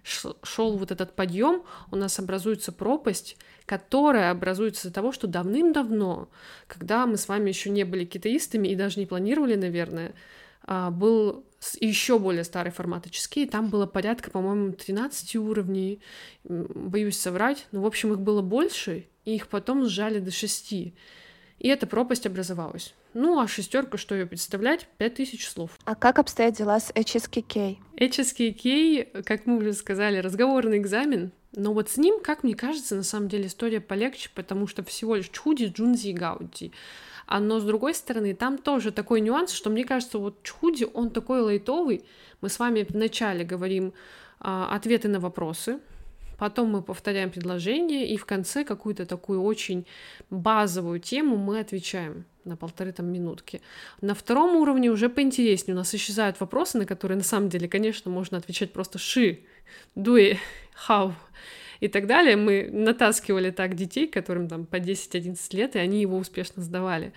шел вот этот подъем, у нас образуется пропасть, которая образуется из-за того, что давным-давно, когда мы с вами еще не были китаистами и даже не планировали, наверное, был еще более старый формат эйч эс кей, там было порядка, по-моему, тринадцать уровней, боюсь соврать, но, в общем, их было больше, и их потом сжали до шести, и эта пропасть образовалась. Ну, а шестерка, что ее представлять, пять тысяч слов. А как обстоят дела с эйч эс кей? эйч эс кей, как мы уже сказали, разговорный экзамен, но вот с ним, как мне кажется, на самом деле история полегче, потому что всего лишь чхуди, джунзи и гаути. А но с другой стороны, там тоже такой нюанс, что мне кажется, вот чхуди, он такой лайтовый. Мы с вами вначале говорим а, ответы на вопросы, потом мы повторяем предложение, и в конце какую-то такую очень базовую тему мы отвечаем на полторы там минутки. На втором уровне уже поинтереснее. У нас исчезают вопросы, на которые на самом деле, конечно, можно отвечать просто ши, дуэ, хау и так далее. Мы натаскивали так детей, которым там по десять-одиннадцать лет, и они его успешно сдавали.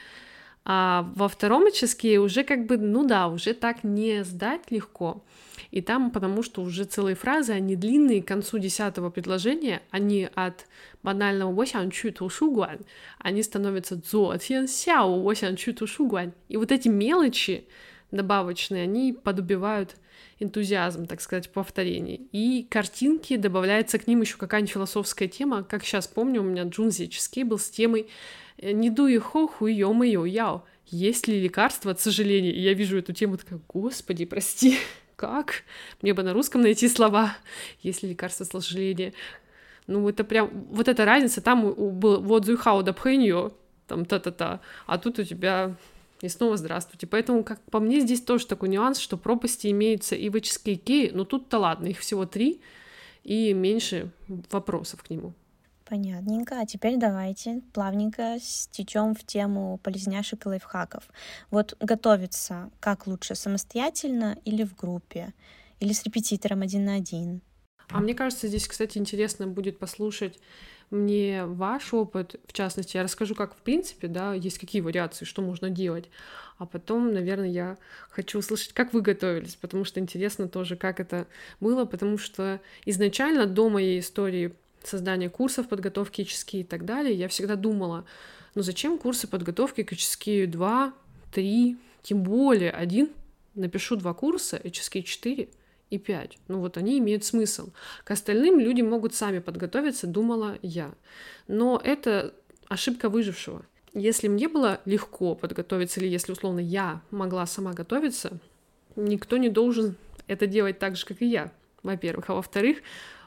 А во втором эйч эс кей уже как бы, ну да, уже так не сдать легко. И там, потому что уже целые фразы, они длинные, к концу десятого предложения, они от банального «wo xiang qu tu shu guan», они становятся «zuo tian xiao wo xiang qu tu shu guan». И вот эти мелочи добавочные, они подубивают энтузиазм, так сказать, повторений. И картинки, добавляется к ним еще какая-нибудь философская тема. Как сейчас помню, у меня джунзи эйч эс кей был с темой «Не дуй хо хуй ё мы ё яо». Есть ли лекарство от сожаления? И я вижу эту тему, такая, господи, прости, как? Мне бы на русском найти слова, есть ли лекарство от сожаления. Ну, это прям, вот эта разница, там был вот зуйхао да пхэньё, там та-та-та, а тут у тебя... И снова здравствуйте. Поэтому, как по мне, здесь тоже такой нюанс, что пропасти имеются и в эйч эс кей, но тут-то ладно, их всего три, и меньше вопросов к нему. Понятненько. А теперь давайте плавненько стечем в тему полезняшек и лайфхаков. Вот готовиться как лучше, самостоятельно или в группе? Или с репетитором один на один? А мне кажется, здесь, кстати, интересно будет послушать мне ваш опыт, в частности, я расскажу, как в принципе, да, есть какие вариации, что можно делать, а потом, наверное, я хочу услышать, как вы готовились, потому что интересно тоже, как это было, потому что изначально до моей истории создания курсов подготовки эйч эс кей и так далее, я всегда думала, ну зачем курсы подготовки к эйч эс кей два, три, тем более один, напишу два курса, эйч эс кей четыре, и пять. Ну вот они имеют смысл. К остальным люди могут сами подготовиться, думала я. Но это ошибка выжившего. Если мне было легко подготовиться, или если, условно, я могла сама готовиться, никто не должен это делать так же, как и я, во-первых. А во-вторых,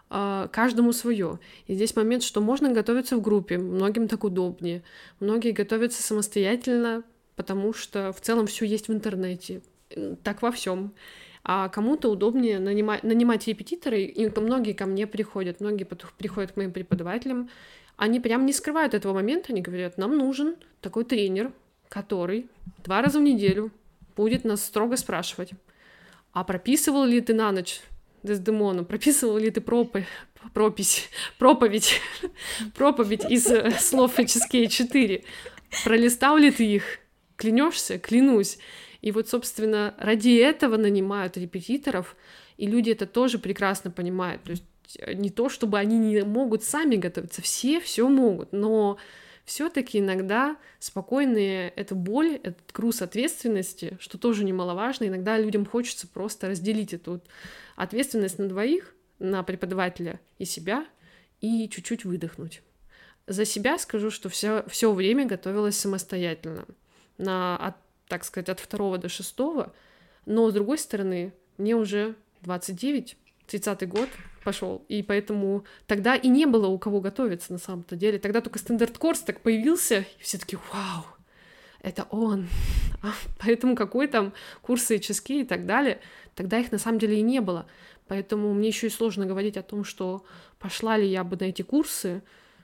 каждому свое. И здесь момент, что можно готовиться в группе, многим так удобнее. Многие готовятся самостоятельно, потому что в целом все есть в интернете. Так во всем. А кому-то удобнее нанимать, нанимать репетиторы, и многие ко мне приходят, многие приходят к моим преподавателям, они прям не скрывают этого момента, они говорят, нам нужен такой тренер, который два раза в неделю будет нас строго спрашивать, а прописывал ли ты на ночь Дездемону, прописывал ли ты пропы, пропись, проповедь, проповедь из слов эйч эс кей четыре, пролистал ли ты их, клянешься, клянусь. И вот, собственно, ради этого нанимают репетиторов, и люди это тоже прекрасно понимают. То есть не то, чтобы они не могут сами готовиться, все все могут, но все-таки иногда спокойные, это боль, этот груз ответственности, что тоже немаловажно, иногда людям хочется просто разделить эту ответственность на двоих, на преподавателя и себя, и чуть-чуть выдохнуть. За себя скажу, что все, все время готовилась самостоятельно, на, от, так сказать, от второго до шестого, но, с другой стороны, мне уже двадцать девять, тридцатый год пошел, и поэтому тогда и не было у кого готовиться на самом-то деле. Тогда только стандарт-корс так появился, и все такие, вау, это он. А поэтому какой там курсы эйч эс кей и так далее, тогда их на самом деле и не было. Поэтому мне еще и сложно говорить о том, что пошла ли я бы на эти курсы,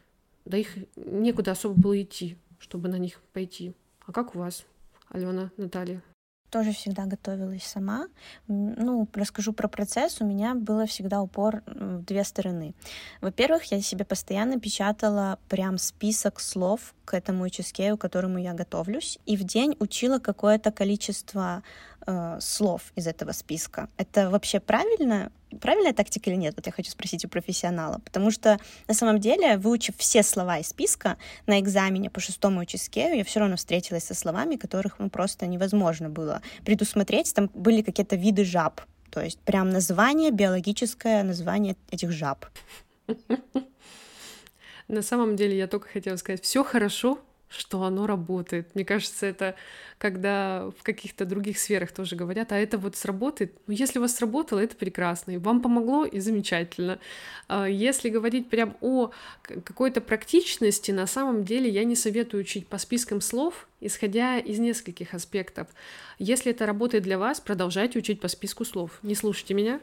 да их некуда особо было идти, чтобы на них пойти. А как у вас, Алена, Наталья? Тоже всегда готовилась сама. Ну, расскажу про процесс. У меня было всегда упор в две стороны. Во-первых, я себе постоянно печатала прям список слов к этому эйч эс кей, к которому я готовлюсь, и в день учила какое-то количество э, слов из этого списка. Это вообще правильно? Правильная тактика или нет? Вот я хочу спросить у профессионала. Потому что на самом деле, выучив все слова из списка на экзамене по шестому ЭйчЭсКею, я все равно встретилась со словами, которых ну, просто невозможно было предусмотреть. Там были какие-то виды жаб. То есть прям название, биологическое название этих жаб. На самом деле я только хотела сказать, все хорошо, что оно работает. Мне кажется, это когда в каких-то других сферах тоже говорят, а это вот сработает. Ну, если у вас сработало, это прекрасно, и вам помогло, и замечательно. Если говорить прям о какой-то практичности, на самом деле я не советую учить по спискам слов, исходя из нескольких аспектов. Если это работает для вас, продолжайте учить по списку слов. Не слушайте меня.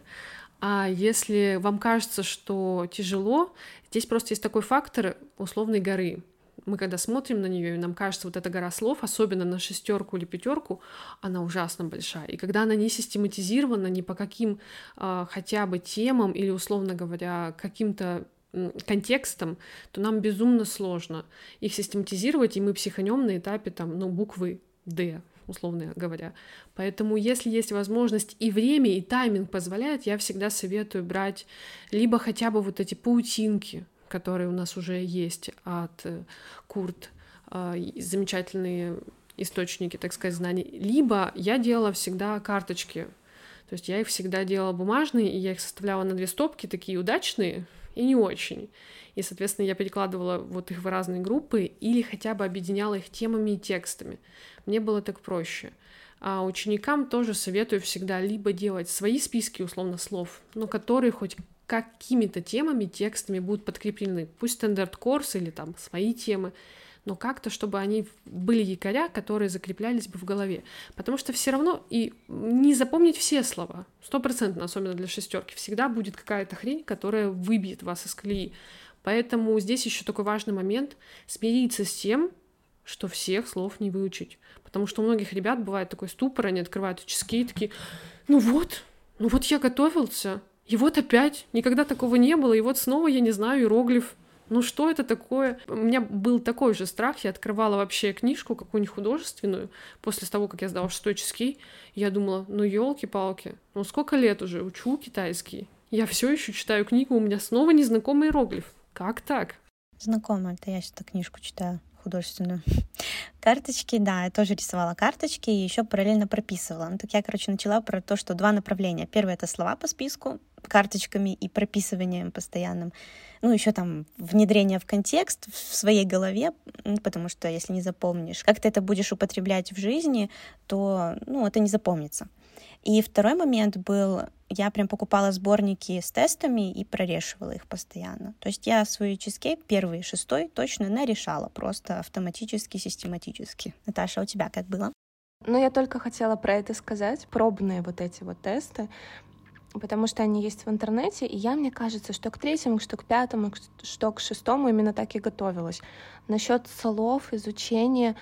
А если вам кажется, что тяжело, здесь просто есть такой фактор условной горы. Мы когда смотрим на нее, и нам кажется, вот эта гора слов, особенно на шестерку или пятерку, она ужасно большая. И когда она не систематизирована ни по каким а, хотя бы темам или, условно говоря, каким-то контекстом, то нам безумно сложно их систематизировать, и мы психанем на этапе там, ну, буквы «Д», условно говоря. Поэтому, если есть возможность и время, и тайминг позволяет, я всегда советую брать либо хотя бы вот эти паутинки, которые у нас уже есть от Курт, замечательные источники, так сказать, знаний. Либо я делала всегда карточки, то есть я их всегда делала бумажные, и я их составляла на две стопки, такие удачные и не очень. И, соответственно, я перекладывала вот их в разные группы или хотя бы объединяла их темами и текстами. Мне было так проще. А ученикам тоже советую всегда либо делать свои списки, условно, слов, но которые хоть какими-то темами, текстами будут подкреплены. Пусть стандарт-курс или там свои темы, но как-то, чтобы они были якоря, которые закреплялись бы в голове. Потому что все равно и не запомнить все слова, стопроцентно, особенно для шестерки, всегда будет какая-то хрень, которая выбьет вас из колеи. Поэтому здесь еще такой важный момент — смириться с тем, что всех слов не выучить. Потому что у многих ребят бывает такой ступор, они открывают ЭйчЭсКей и такие, ну вот, ну вот я готовился, и вот опять, никогда такого не было, и вот снова я не знаю иероглиф. Ну что это такое? У меня был такой же страх, я открывала вообще книжку какую-нибудь художественную после того, как я сдала шестой ЭйчЭсКей, я думала, ну елки-палки, ну сколько лет уже учу китайский, я все еще читаю книгу, у меня снова незнакомый иероглиф. Как так? Знакомо, это я сейчас книжку читаю художественную. Карточки, да, я тоже рисовала карточки и еще параллельно прописывала. Ну, так я, короче, начала про то, что два направления. Первое — это слова по списку, карточками и прописыванием постоянным. Ну, еще там внедрение в контекст в своей голове, потому что если не запомнишь, как ты это будешь употреблять в жизни, то, ну, это не запомнится. И второй момент был, я прям покупала сборники с тестами и прорешивала их постоянно. То есть я свой ЭйчЭсКей первый и шестой точно нарешала, просто автоматически, систематически. Наташа, у тебя как было? Ну, я только хотела про это сказать, пробные вот эти вот тесты, потому что они есть в интернете, и я, мне кажется, что к третьему, что к пятому, что к шестому именно так и готовилась. Насчет слов, изучения,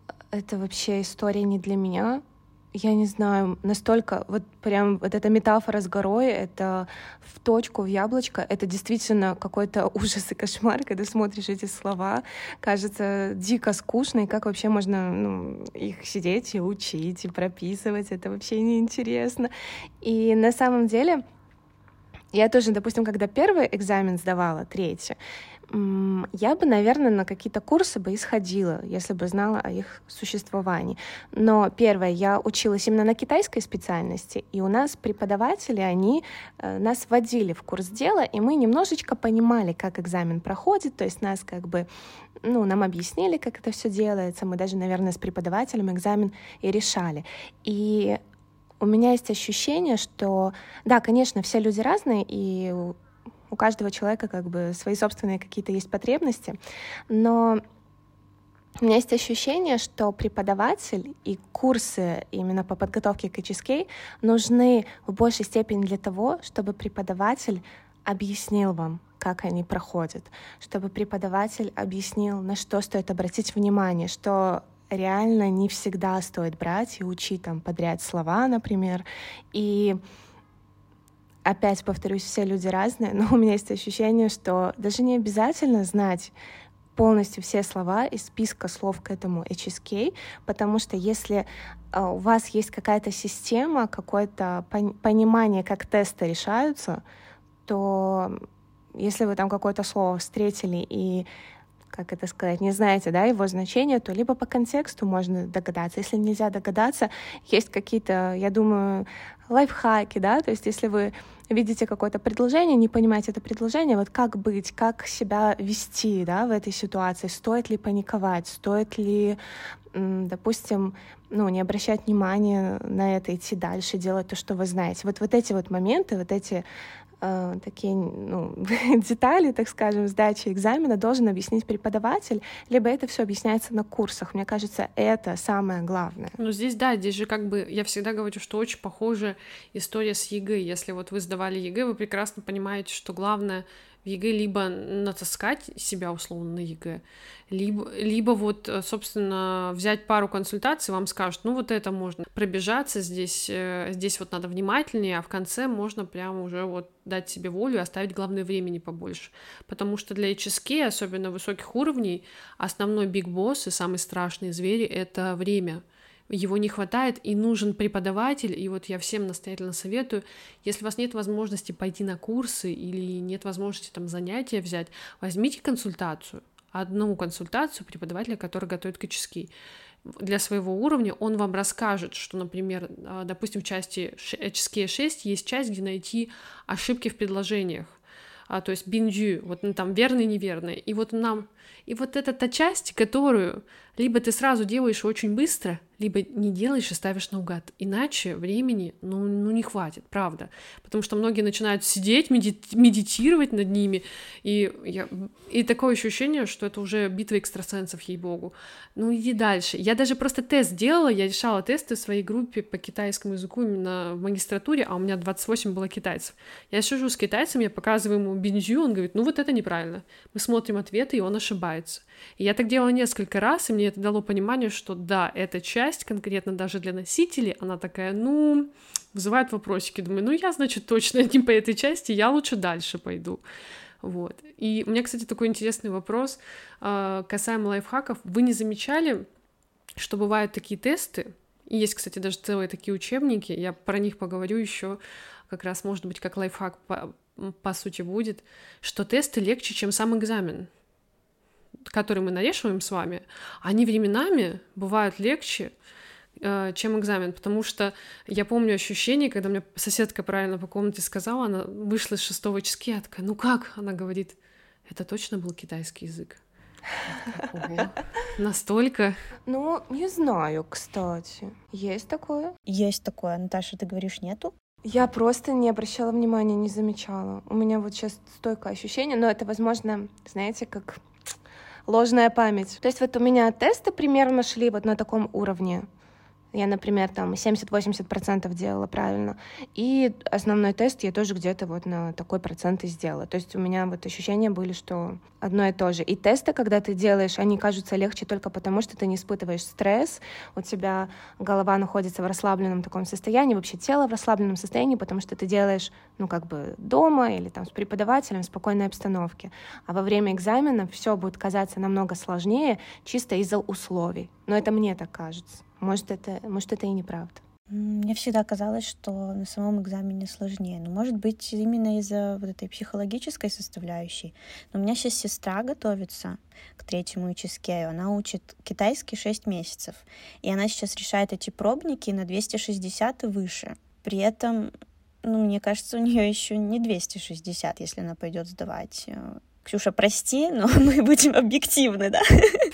это вообще история не для меня. Я не знаю, настолько, вот прям вот эта метафора с горой, это в точку, в яблочко, это действительно какой-то ужас и кошмар, когда смотришь эти слова, кажется дико скучно, и как вообще можно ну, их сидеть и учить, и прописывать, это вообще неинтересно. И на самом деле, я тоже, допустим, когда первый экзамен сдавала, третий, я бы, наверное, на какие-то курсы бы исходила, если бы знала о их существовании. Но первое, я училась именно на китайской специальности, и у нас преподаватели, они э, нас вводили в курс дела, и мы немножечко понимали, как экзамен проходит, то есть нас как бы, ну, нам объяснили, как это все делается, мы даже, наверное, с преподавателем экзамен и решали. И у меня есть ощущение, что, да, конечно, все люди разные, и у каждого человека как бы свои собственные какие-то есть потребности, но у меня есть ощущение, что преподаватель и курсы именно по подготовке к ЭйчЭсКей нужны в большей степени для того, чтобы преподаватель объяснил вам, как они проходят, чтобы преподаватель объяснил, на что стоит обратить внимание, что реально не всегда стоит брать и учить там подряд слова, например, и опять повторюсь, все люди разные, но у меня есть ощущение, что даже не обязательно знать полностью все слова из списка слов к этому эйч эс кей, потому что если uh, у вас есть какая-то система, какое-то пон- понимание, как тесты решаются, то если вы там какое-то слово встретили и, как это сказать, не знаете, да, его значение, то либо по контексту можно догадаться. Если нельзя догадаться, есть какие-то, я думаю, лайфхаки, да, то есть если вы видите какое-то предложение, не понимаете это предложение, вот как быть, как себя вести, да, в этой ситуации, стоит ли паниковать, стоит ли, допустим, ну, не обращать внимания на это, идти дальше, делать то, что вы знаете. Вот, вот эти вот моменты, вот эти э, такие, ну, детали, так скажем, сдачи экзамена должен объяснить преподаватель, либо это все объясняется на курсах. Мне кажется, это самое главное. Ну, здесь, да, здесь же как бы, я всегда говорю, что очень похожа история с ЕГЭ. Если вот вы сдавали ЕГЭ, вы прекрасно понимаете, что главное в ЕГЭ либо натаскать себя условно на ЕГЭ, либо, либо вот, собственно, взять пару консультаций, вам скажут, ну вот это можно пробежаться, здесь, здесь вот надо внимательнее, а в конце можно прямо уже вот дать себе волю и оставить, главное, времени побольше. Потому что для эйч эс кей, особенно высоких уровней, основной биг босс и самый страшный зверь — это время. Его не хватает, и нужен преподаватель, и вот я всем настоятельно советую, если у вас нет возможности пойти на курсы или нет возможности там занятия взять, возьмите консультацию, одну консультацию преподавателя, который готовит к эйч эс кей. Для своего уровня он вам расскажет, что, например, допустим, в части эйч эс кей шесть есть часть, где найти ошибки в предложениях, а, то есть бинджу, вот ну, там верный, неверный, и вот нам, и вот это та часть, которую либо ты сразу делаешь очень быстро, либо не делаешь и ставишь наугад, иначе времени, ну, ну не хватит, правда, потому что многие начинают сидеть, медит- медитировать над ними, и, я, и такое ощущение, что это уже битва экстрасенсов, ей-богу. Ну иди дальше. Я даже просто тест делала, я решала тесты в своей группе по китайскому языку именно в магистратуре, а у меня двадцать восемь было китайцев. Я сижу с китайцем, я показываю ему бинджу, он говорит, ну вот это неправильно. Мы смотрим ответы, и он ошибается. И я так делала несколько раз, и мне это дало понимание, что да, эта часть, конкретно даже для носителей, она такая, ну, вызывает вопросики. Думаю, ну я, значит, точно не по этой части, я лучше дальше пойду. Вот. И у меня, кстати, такой интересный вопрос э, касаемо лайфхаков. Вы не замечали, что бывают такие тесты, и есть, кстати, даже целые такие учебники, я про них поговорю еще, как раз, может быть, как лайфхак по, по сути будет, что тесты легче, чем сам экзамен, который мы навешиваем с вами, они временами бывают легче, э, чем экзамен, потому что я помню ощущение, когда мне соседка правильно по комнате сказала, она вышла из шестого эйч эс кей, я такая, ну как? Она говорит, это точно был китайский язык. Ого, настолько? Ну, не знаю, кстати. Есть такое? Есть такое. Наташа, ты говоришь, нету? Я просто не обращала внимания, не замечала. У меня вот сейчас стойкое ощущение, но это, возможно, знаете, как ложная память. То есть вот у меня тесты примерно шли вот на таком уровне. Я, например, там семьдесят-восемьдесят процентов делала правильно. И основной тест я тоже где-то вот на такой процент и сделала. То есть у меня вот ощущения были, что одно и то же. И тесты, когда ты делаешь, они кажутся легче только потому, что ты не испытываешь стресс, у тебя голова находится в расслабленном таком состоянии, вообще тело в расслабленном состоянии, потому что ты делаешь, ну, как бы дома или там с преподавателем в спокойной обстановке. А во время экзамена все будет казаться намного сложнее чисто из-за условий. Но это мне так кажется. Может, это, может, это и неправда. Мне всегда казалось, что на самом экзамене сложнее. Но, может быть, именно из-за вот этой психологической составляющей. Но у меня сейчас сестра готовится к третьему эйч эс кей. Она учит китайский шесть месяцев. И она сейчас решает эти пробники на двести шестьдесят и выше. При этом, ну, мне кажется, у нее еще не двести шестьдесят, если она пойдет сдавать. Ксюша, прости, но мы будем объективны, да?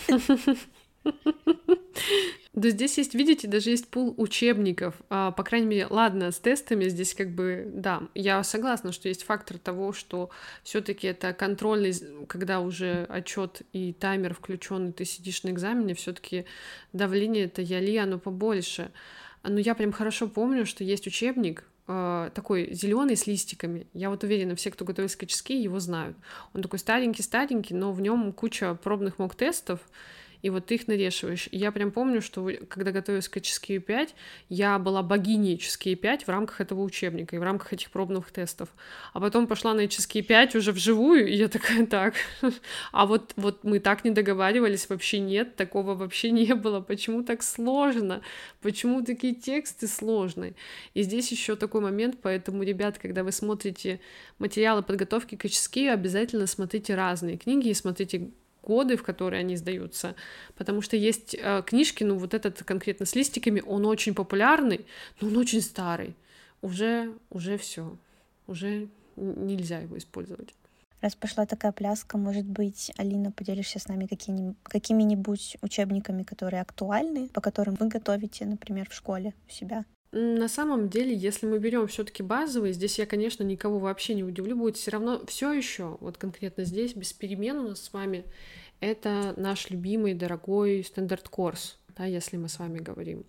Да здесь есть, видите, даже есть пул учебников, а, по крайней мере, ладно, с тестами здесь как бы, да, я согласна, что есть фактор того, что все-таки это контрольный, когда уже отчет и таймер включен, и ты сидишь на экзамене, все-таки давление это яли, оно побольше. Но я прям хорошо помню, что есть учебник, э, такой зеленый с листиками. Я вот уверена, все, кто готовился к эйч эс кей, его знают. Он такой старенький-старенький, но в нем куча пробных мок-тестов. и вот ты их навешиваешь. И я прям помню, что когда готовилась к эйч эс кей пять, я была богиней эйч эс кей пять в рамках этого учебника и в рамках этих пробных тестов. А потом пошла на эйч эс кей пять уже вживую, и я такая, так, а вот, вот мы так не договаривались, вообще нет, такого вообще не было. Почему так сложно? Почему такие тексты сложные? И здесь еще такой момент, поэтому, ребят, когда вы смотрите материалы подготовки к эйч эс кей, обязательно смотрите разные книги и смотрите годы, в которые они издаются, потому что есть э, книжки, ну вот этот конкретно с листиками, он очень популярный, но он очень старый, уже, уже все, уже нельзя его использовать. Раз пошла такая пляска, может быть, Алина, поделишься с нами какими- какими-нибудь учебниками, которые актуальны, по которым вы готовите, например, в школе у себя? На самом деле, если мы берем все-таки базовые, здесь я, конечно, никого вообще не удивлю, будет все равно все еще, вот конкретно здесь, без перемен у нас с вами, это наш любимый, дорогой стандарт-курс, да, если мы с вами говорим.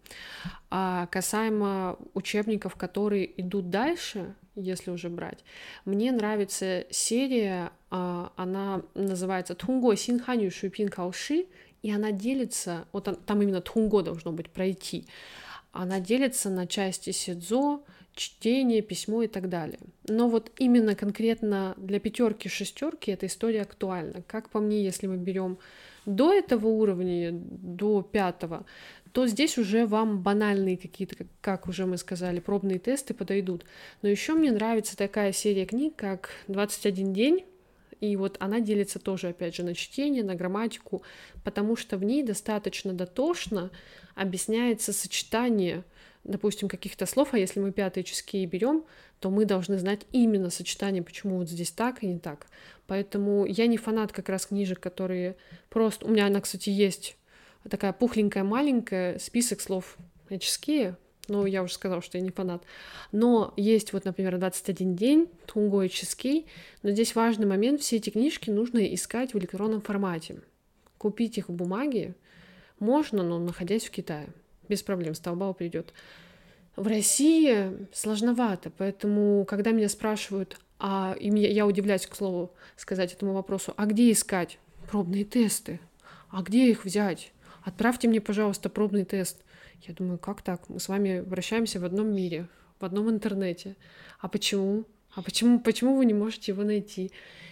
А касаемо учебников, которые идут дальше, если уже брать, мне нравится серия, она называется «Тунго синханью шуйпин каоши», и она делится, вот там именно «Тунго» должно быть пройти, она делится на части сидзо, чтение, письмо и так далее. Но вот именно конкретно для пятерки, шестерки эта история актуальна. Как по мне, если мы берем до этого уровня, до пятого, то здесь уже вам банальные какие-то, как, как уже мы сказали, пробные тесты подойдут. Но еще мне нравится такая серия книг, как «двадцать один день», и вот она делится тоже, опять же, на чтение, на грамматику, потому что в ней достаточно дотошно объясняется сочетание, допустим, каких-то слов, а если мы пятый эйч эс кей берем, то мы должны знать именно сочетание, почему вот здесь так и не так. Поэтому я не фанат как раз книжек, которые просто... У меня она, кстати, есть такая пухленькая, маленькая, список слов эйч эс кей, но я уже сказала, что я не фанат. Но есть вот, например, двадцать один день, Тунго эйч эс кей, но здесь важный момент, все эти книжки нужно искать в электронном формате. Купить их в бумаге можно, но находясь в Китае. Без проблем, с Таобао придет. В России сложновато, поэтому, когда меня спрашивают, а и меня, я удивляюсь, к слову, сказать этому вопросу, а где искать пробные тесты? А где их взять? Отправьте мне, пожалуйста, пробный тест. Я думаю, как так? Мы с вами вращаемся в одном мире, в одном интернете. А почему? А почему, почему вы не можете его найти?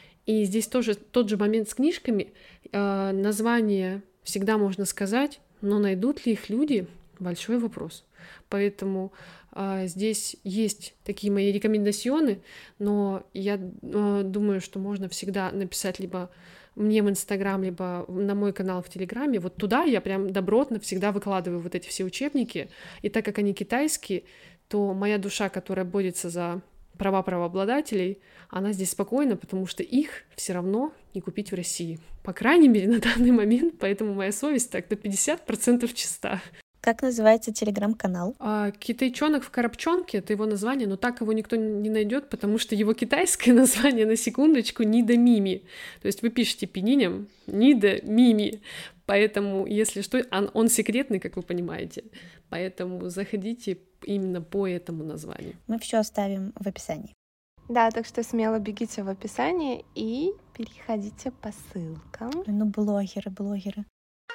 И здесь тоже тот же момент с книжками. Э, название всегда можно сказать, но найдут ли их люди? Большой вопрос. Поэтому э, здесь есть такие мои рекомендационы, но я э, думаю, что можно всегда написать либо мне в Инстаграм, либо на мой канал в Телеграме. Вот туда я прям добротно всегда выкладываю вот эти все учебники. И так как они китайские, то моя душа, которая борется за права правообладателей, она здесь спокойна, потому что их все равно не купить в России. По крайней мере, на данный момент, поэтому моя совесть так на пятьдесят процентов чиста. Как называется телеграм-канал? А, «Китайчонок в коробчонке» — это его название, но так его никто не найдет, потому что его китайское название, на секундочку, Нида Мими. То есть вы пишете пининем Нида Мими. Поэтому, если что, он, он секретный, как вы понимаете. Поэтому заходите именно по этому названию. Мы все оставим в описании. Да, так что смело бегите в описание и переходите по ссылкам. Ну, блогеры, блогеры.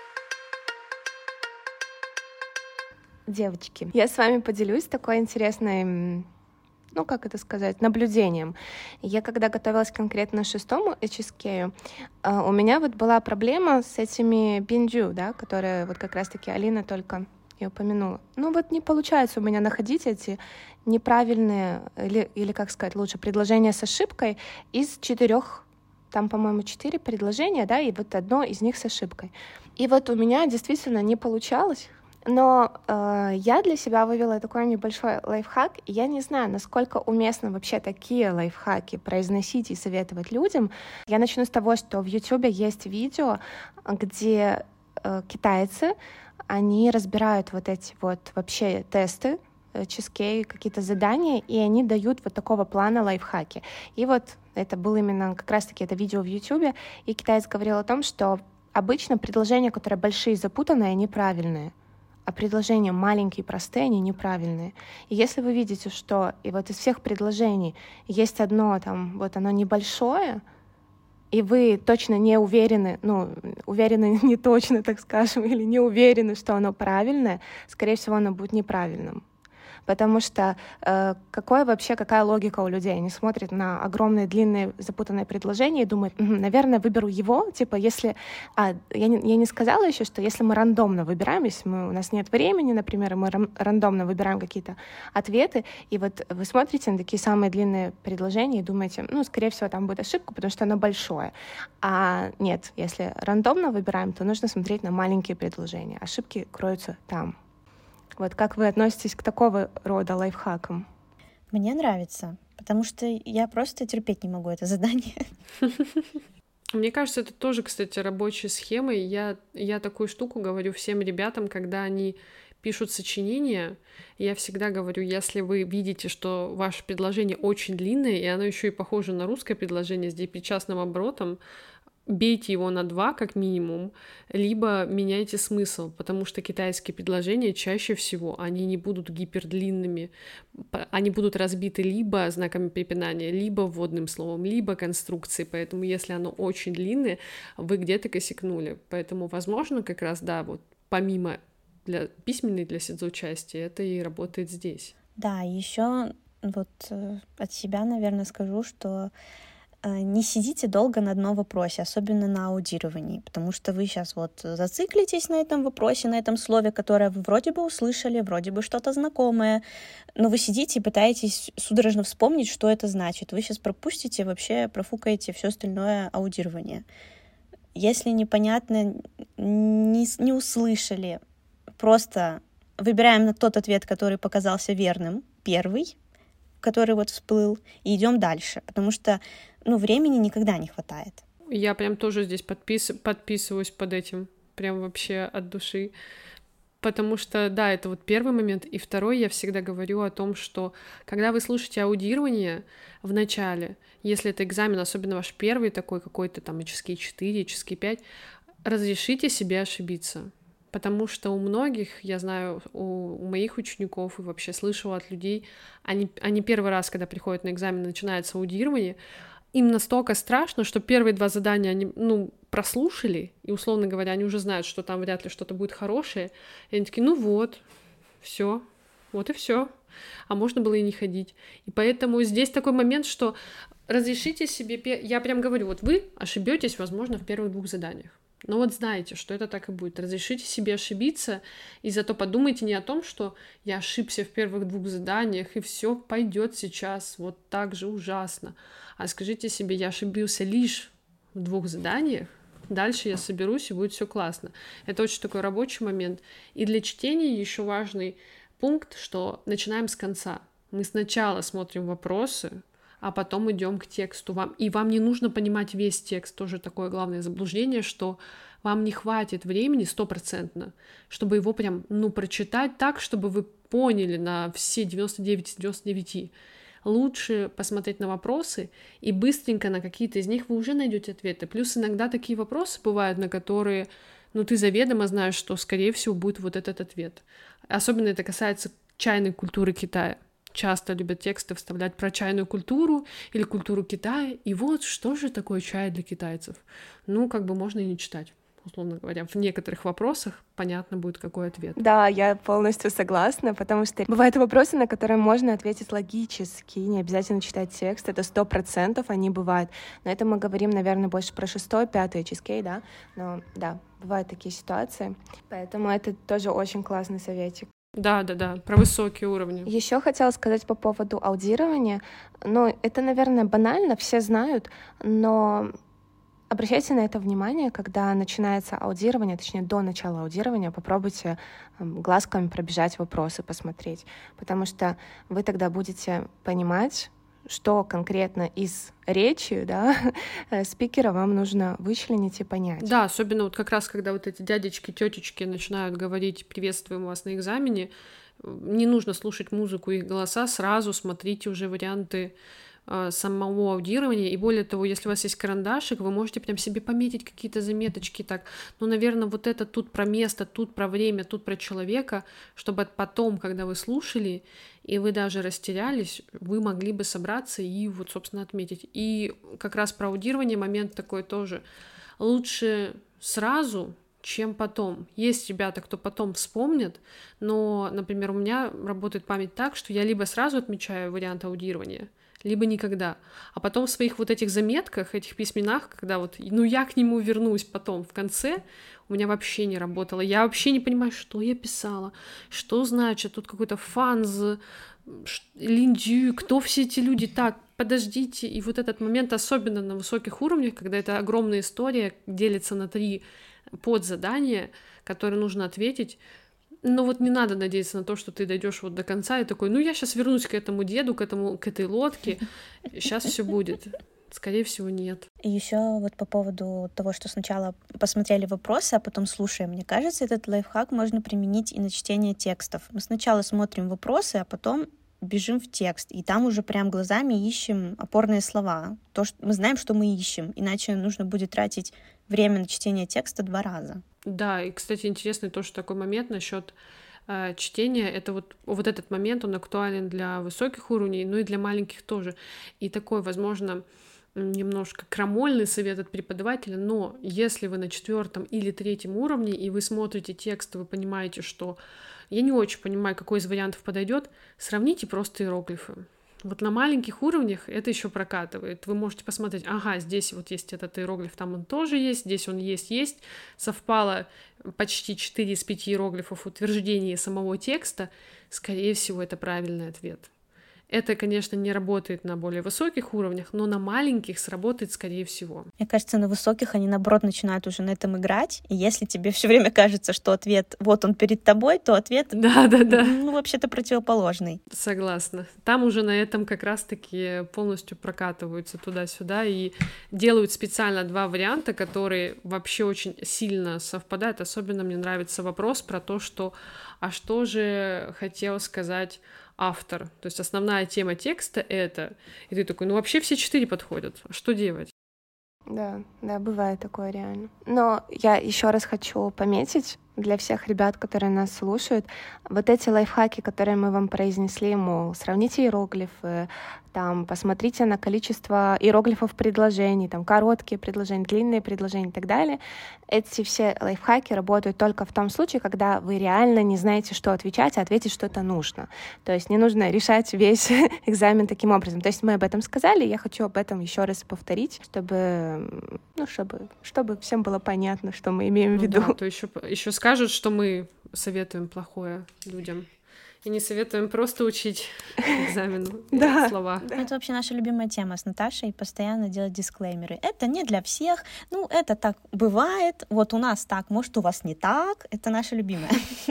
Девочки, я с вами поделюсь такой интересной, ну, как это сказать, наблюдением. Я когда готовилась конкретно к шестому эйч эс кей, у меня вот была проблема с этими бинджу, да, которые вот как раз-таки Алина только и упомянула. Ну вот не получается у меня находить эти неправильные, или, или как сказать лучше, предложения с ошибкой из четырех, там, по-моему, четыре предложения, да, и вот одно из них с ошибкой. И вот у меня действительно не получалось. Но э, я для себя вывела такой небольшой лайфхак, и я не знаю, насколько уместно вообще такие лайфхаки произносить и советовать людям. Я начну с того, что в Ютубе есть видео, где э, китайцы, они разбирают вот эти вот вообще тесты, эйч эс кей, какие-то задания, и они дают вот такого плана лайфхаки. И вот это было именно как раз-таки это видео в Ютубе, и китаец говорил о том, что обычно предложения, которые большие и запутанные, они правильные, а предложения маленькие и простые, они неправильные. И если вы видите, что и вот из всех предложений есть одно, там, вот оно небольшое, и вы точно не уверены, ну, уверены не точно, так скажем, или не уверены, что оно правильное, скорее всего, оно будет неправильным. Потому что э, какое вообще, какая логика у людей? Они смотрят на огромные, длинные, запутанные предложения и думают, угу, наверное, выберу его. Типа, если... А, я, не, я не сказала еще, что если мы рандомно выбираем, если мы, у нас нет времени, например, мы рам, рандомно выбираем какие-то ответы, и вот вы смотрите на такие самые длинные предложения и думаете, ну, скорее всего, там будет ошибка, потому что оно большое. А нет, если рандомно выбираем, то нужно смотреть на маленькие предложения. Ошибки кроются там. Вот как вы относитесь к такого рода лайфхакам? Мне нравится, потому что я просто терпеть не могу это задание. Мне кажется, это тоже, кстати, рабочая схема. И я, я такую штуку говорю всем ребятам, когда они пишут сочинения. Я всегда говорю, если вы видите, что ваше предложение очень длинное, и оно еще и похоже на русское предложение с депричастным оборотом, бейте его на два, как минимум, либо меняйте смысл, потому что китайские предложения чаще всего, они не будут гипердлинными, они будут разбиты либо знаками препинания, либо вводным словом, либо конструкцией, поэтому если оно очень длинное, вы где-то косякнули. Поэтому, возможно, как раз, да, вот помимо для письменной, для сидзоучастия, это и работает здесь. Да, еще вот от себя, наверное, скажу, что не сидите долго на одном вопросе, особенно на аудировании, потому что вы сейчас вот зациклитесь на этом вопросе, на этом слове, которое вы вроде бы услышали, вроде бы что-то знакомое, но вы сидите и пытаетесь судорожно вспомнить, что это значит. Вы сейчас пропустите, вообще профукаете все остальное аудирование. Если непонятно, не, не услышали, просто выбираем на тот ответ, который показался верным, первый, который вот всплыл, и идем дальше, потому что ну, времени никогда не хватает. Я прям тоже здесь подпис... подписываюсь под этим, прям вообще от души, потому что, да, это вот первый момент, и второй, я всегда говорю о том, что когда вы слушаете аудирование в начале, если это экзамен, особенно ваш первый такой какой-то там эйч эс кей четыре, эйч эс кей пять, разрешите себе ошибиться. Потому что у многих, я знаю, у, у моих учеников и вообще слышала от людей, они, они первый раз, когда приходят на экзамен, начинается аудирование, им настолько страшно, что первые два задания они, ну, прослушали, и, условно говоря, они уже знают, что там вряд ли что-то будет хорошее, и они такие, ну вот, все, вот и все, а можно было и не ходить. И поэтому здесь такой момент, что разрешите себе, я прям говорю, вот вы ошибетесь, возможно, в первых двух заданиях. Но вот знаете, что это так и будет. Разрешите себе ошибиться, и зато подумайте не о том, что я ошибся в первых двух заданиях, и все пойдет сейчас вот так же ужасно. А скажите себе, я ошибился лишь в двух заданиях, дальше я соберусь, и будет все классно. Это очень такой рабочий момент. И для чтения еще важный пункт, что начинаем с конца. Мы сначала смотрим вопросы, а потом идем к тексту. Вам, и вам не нужно понимать весь текст. Тоже такое главное заблуждение, что вам не хватит времени стопроцентно, чтобы его прям, ну, прочитать так, чтобы вы поняли на все девяносто девять из девяноста девяти. Лучше посмотреть на вопросы, и быстренько на какие-то из них вы уже найдете ответы. Плюс иногда такие вопросы бывают, на которые, ну, ты заведомо знаешь, что, скорее всего, будет вот этот ответ. Особенно это касается чайной культуры Китая. Часто любят тексты вставлять про чайную культуру или культуру Китая. И вот, что же такое чай для китайцев? Ну, как бы можно и не читать, условно говоря. В некоторых вопросах понятно будет, какой ответ. Да, я полностью согласна, потому что бывают вопросы, на которые можно ответить логически, не обязательно читать текст, это сто процентов они бывают. Но это мы говорим, наверное, больше про шестой, пятый эйч эс кей, да? Но да, бывают такие ситуации, поэтому это тоже очень классный советик. Да, да, да, про высокие уровни. Еще хотела сказать по поводу аудирования. Ну, это, наверное, банально, все знают, но обращайте на это внимание, когда начинается аудирование, точнее, до начала аудирования, попробуйте глазками пробежать вопросы, посмотреть, потому что вы тогда будете понимать, что конкретно из речи, да, спикера вам нужно вычленить и понять. Да, особенно вот как раз, когда вот эти дядечки, тетечки начинают говорить «приветствуем вас на экзамене», не нужно слушать музыку, их голоса, сразу смотрите уже варианты самого аудирования, и более того, если у вас есть карандашик, вы можете прям себе пометить какие-то заметочки так, ну, наверное, вот это тут про место, тут про время, тут про человека, чтобы потом, когда вы слушали, и вы даже растерялись, вы могли бы собраться и вот, собственно, отметить. И как раз про аудирование момент такой тоже. Лучше сразу, чем потом. Есть ребята, кто потом вспомнит, но, например, у меня работает память так, что я либо сразу отмечаю вариант аудирования, либо никогда. А потом в своих вот этих заметках, этих письменах, когда вот, ну, я к нему вернусь потом в конце, у меня вообще не работало. Я вообще не понимаю, что я писала, что значит тут какой-то фанз, линдю, кто все эти люди, так, подождите. И вот этот момент, особенно на высоких уровнях, когда это огромная история, делится на три подзадания, которые нужно ответить. Но вот не надо надеяться на то, что ты дойдешь вот до конца и такой, ну я сейчас вернусь к этому деду, к этому, к этой лодке, сейчас все будет. Скорее всего, нет. И еще вот по поводу того, что сначала посмотрели вопросы, а потом слушаем. Мне кажется, этот лайфхак можно применить и на чтение текстов. Мы сначала смотрим вопросы, а потом бежим в текст, и там уже прям глазами ищем опорные слова. То, что мы знаем, что мы ищем, иначе нужно будет тратить время на чтение текста два раза. Да, и, кстати, интересный тоже такой момент насчет э, чтения. Это вот, вот этот момент, он актуален для высоких уровней, ну и для маленьких тоже. И такой, возможно, немножко крамольный совет от преподавателя, но если вы на четвертом или третьем уровне, и вы смотрите текст, и вы понимаете, что я не очень понимаю, какой из вариантов подойдет, сравните просто иероглифы. Вот на маленьких уровнях это еще прокатывает. Вы можете посмотреть, ага, здесь вот есть этот иероглиф, там он тоже есть, здесь он есть, есть. Совпало почти четыре из пяти иероглифов утверждения самого текста. Скорее всего, это правильный ответ. Это, конечно, не работает на более высоких уровнях, но на маленьких сработает, скорее всего. Мне кажется, на высоких они, наоборот, начинают уже на этом играть, и если тебе все время кажется, что ответ вот он перед тобой, то ответ, да, да, да. ну, вообще-то противоположный. Согласна. Там уже на этом как раз-таки полностью прокатываются туда-сюда и делают специально два варианта, которые вообще очень сильно совпадают. Особенно мне нравится вопрос про то, что а что же хотел сказать автор. То есть основная тема текста — это... И ты такой, ну вообще все четыре подходят. Что делать? Да, да, бывает такое реально. Но я еще раз хочу пометить для всех ребят, которые нас слушают, вот эти лайфхаки, которые мы вам произнесли, мол, сравните иероглифы, там, посмотрите на количество иероглифов предложений, там, короткие предложения, длинные предложения и так далее. Эти все лайфхаки работают только в том случае, когда вы реально не знаете, что отвечать, а ответить что-то нужно. То есть не нужно решать весь экзамен таким образом. То есть мы об этом сказали, я хочу об этом еще раз повторить, чтобы, ну, чтобы, чтобы всем было понятно, что мы имеем в виду. Ну да, то еще, еще скажут, что мы советуем плохое людям. И не советуем просто учить к экзамену да, слова. Да. Это вообще наша любимая тема с Наташей, постоянно делать дисклеймеры. Это не для всех, ну, это так бывает, вот у нас так, может, у вас не так, это наша любимая.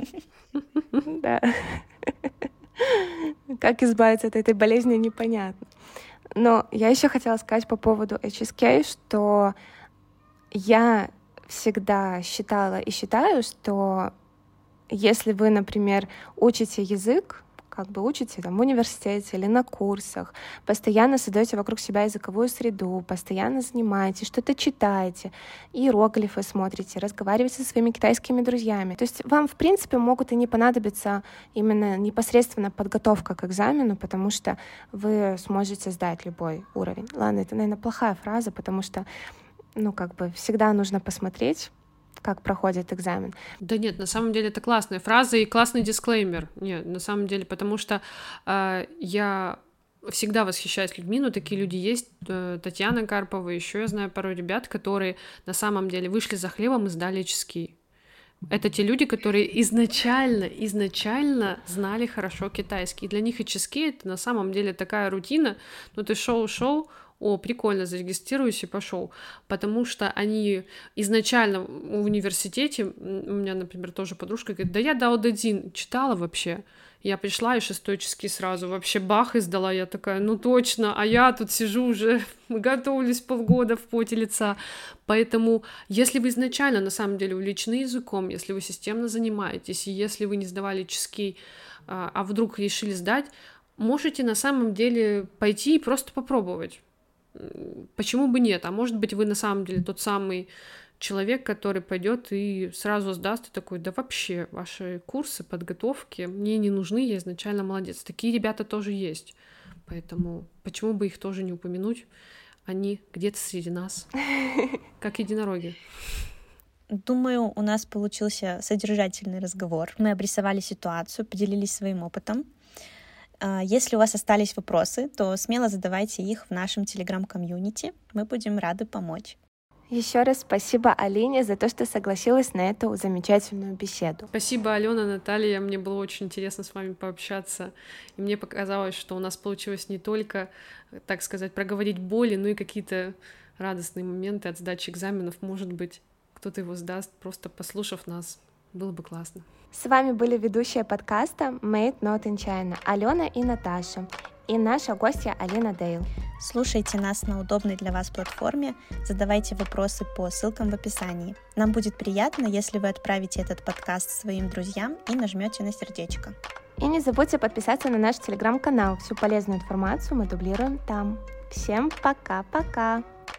Да. Как избавиться от этой болезни, непонятно. Но я еще хотела сказать по поводу эйч эс кей, что я всегда считала и считаю, что если вы, например, учите язык, как бы учите там в университете или на курсах, постоянно создаете вокруг себя языковую среду, постоянно занимаетесь, что-то читаете, иероглифы смотрите, разговариваете со своими китайскими друзьями. То есть вам, в принципе, могут и не понадобиться именно непосредственно подготовка к экзамену, потому что вы сможете сдать любой уровень. Ладно, это, наверное, плохая фраза, потому что, ну, как бы всегда нужно посмотреть, как проходит экзамен. Да нет, на самом деле это классная фраза и классный дисклеймер. Нет, на самом деле, потому что э, я всегда восхищаюсь людьми, но такие люди есть. Э, Татьяна Карпова, еще я знаю пару ребят, которые на самом деле вышли за хлебом и сдали эйч эс кей. Это те люди, которые изначально, изначально знали хорошо китайский. И для них эйч эс кей — это на самом деле такая рутина. Ну, ты шел-шел, о, прикольно, зарегистрируюсь и пошел, потому что они изначально в университете, у меня, например, тоже подружка говорит, да я Дао Дэ Цзин читала вообще, я пришла и шестой эйч эс кей сразу вообще бах и сдала, я такая, ну точно, а я тут сижу уже, готовлюсь полгода в поте лица, поэтому если вы изначально на самом деле увлечены языком, если вы системно занимаетесь, и если вы не сдавали эйч эс кей, а вдруг решили сдать, можете на самом деле пойти и просто попробовать. Почему бы нет? А может быть, вы на самом деле тот самый человек, который пойдет и сразу сдаст, и такой: да вообще, ваши курсы подготовки мне не нужны, я изначально молодец. Такие ребята тоже есть. Поэтому почему бы их тоже не упомянуть? Они где-то среди нас, как единороги. Думаю, у нас получился содержательный разговор. Мы обрисовали ситуацию, поделились своим опытом. Если у вас остались вопросы, то смело задавайте их в нашем телеграм-комьюнити. Мы будем рады помочь. Еще раз спасибо Алине за то, что согласилась на эту замечательную беседу. Спасибо, Алена, Наталья. Мне было очень интересно с вами пообщаться. И мне показалось, что у нас получилось не только, так сказать, проговорить боли, но и какие-то радостные моменты от сдачи экзаменов. Может быть, кто-то его сдаст, просто послушав нас. Было бы классно. С вами были ведущие подкаста Made Not in China Алена и Наташа, и наша гостья Алина Дейл. Слушайте нас на удобной для вас платформе, задавайте вопросы по ссылкам в описании. Нам будет приятно, если вы отправите этот подкаст своим друзьям и нажмете на сердечко. И не забудьте подписаться на наш телеграм-канал. Всю полезную информацию мы дублируем там. Всем пока-пока!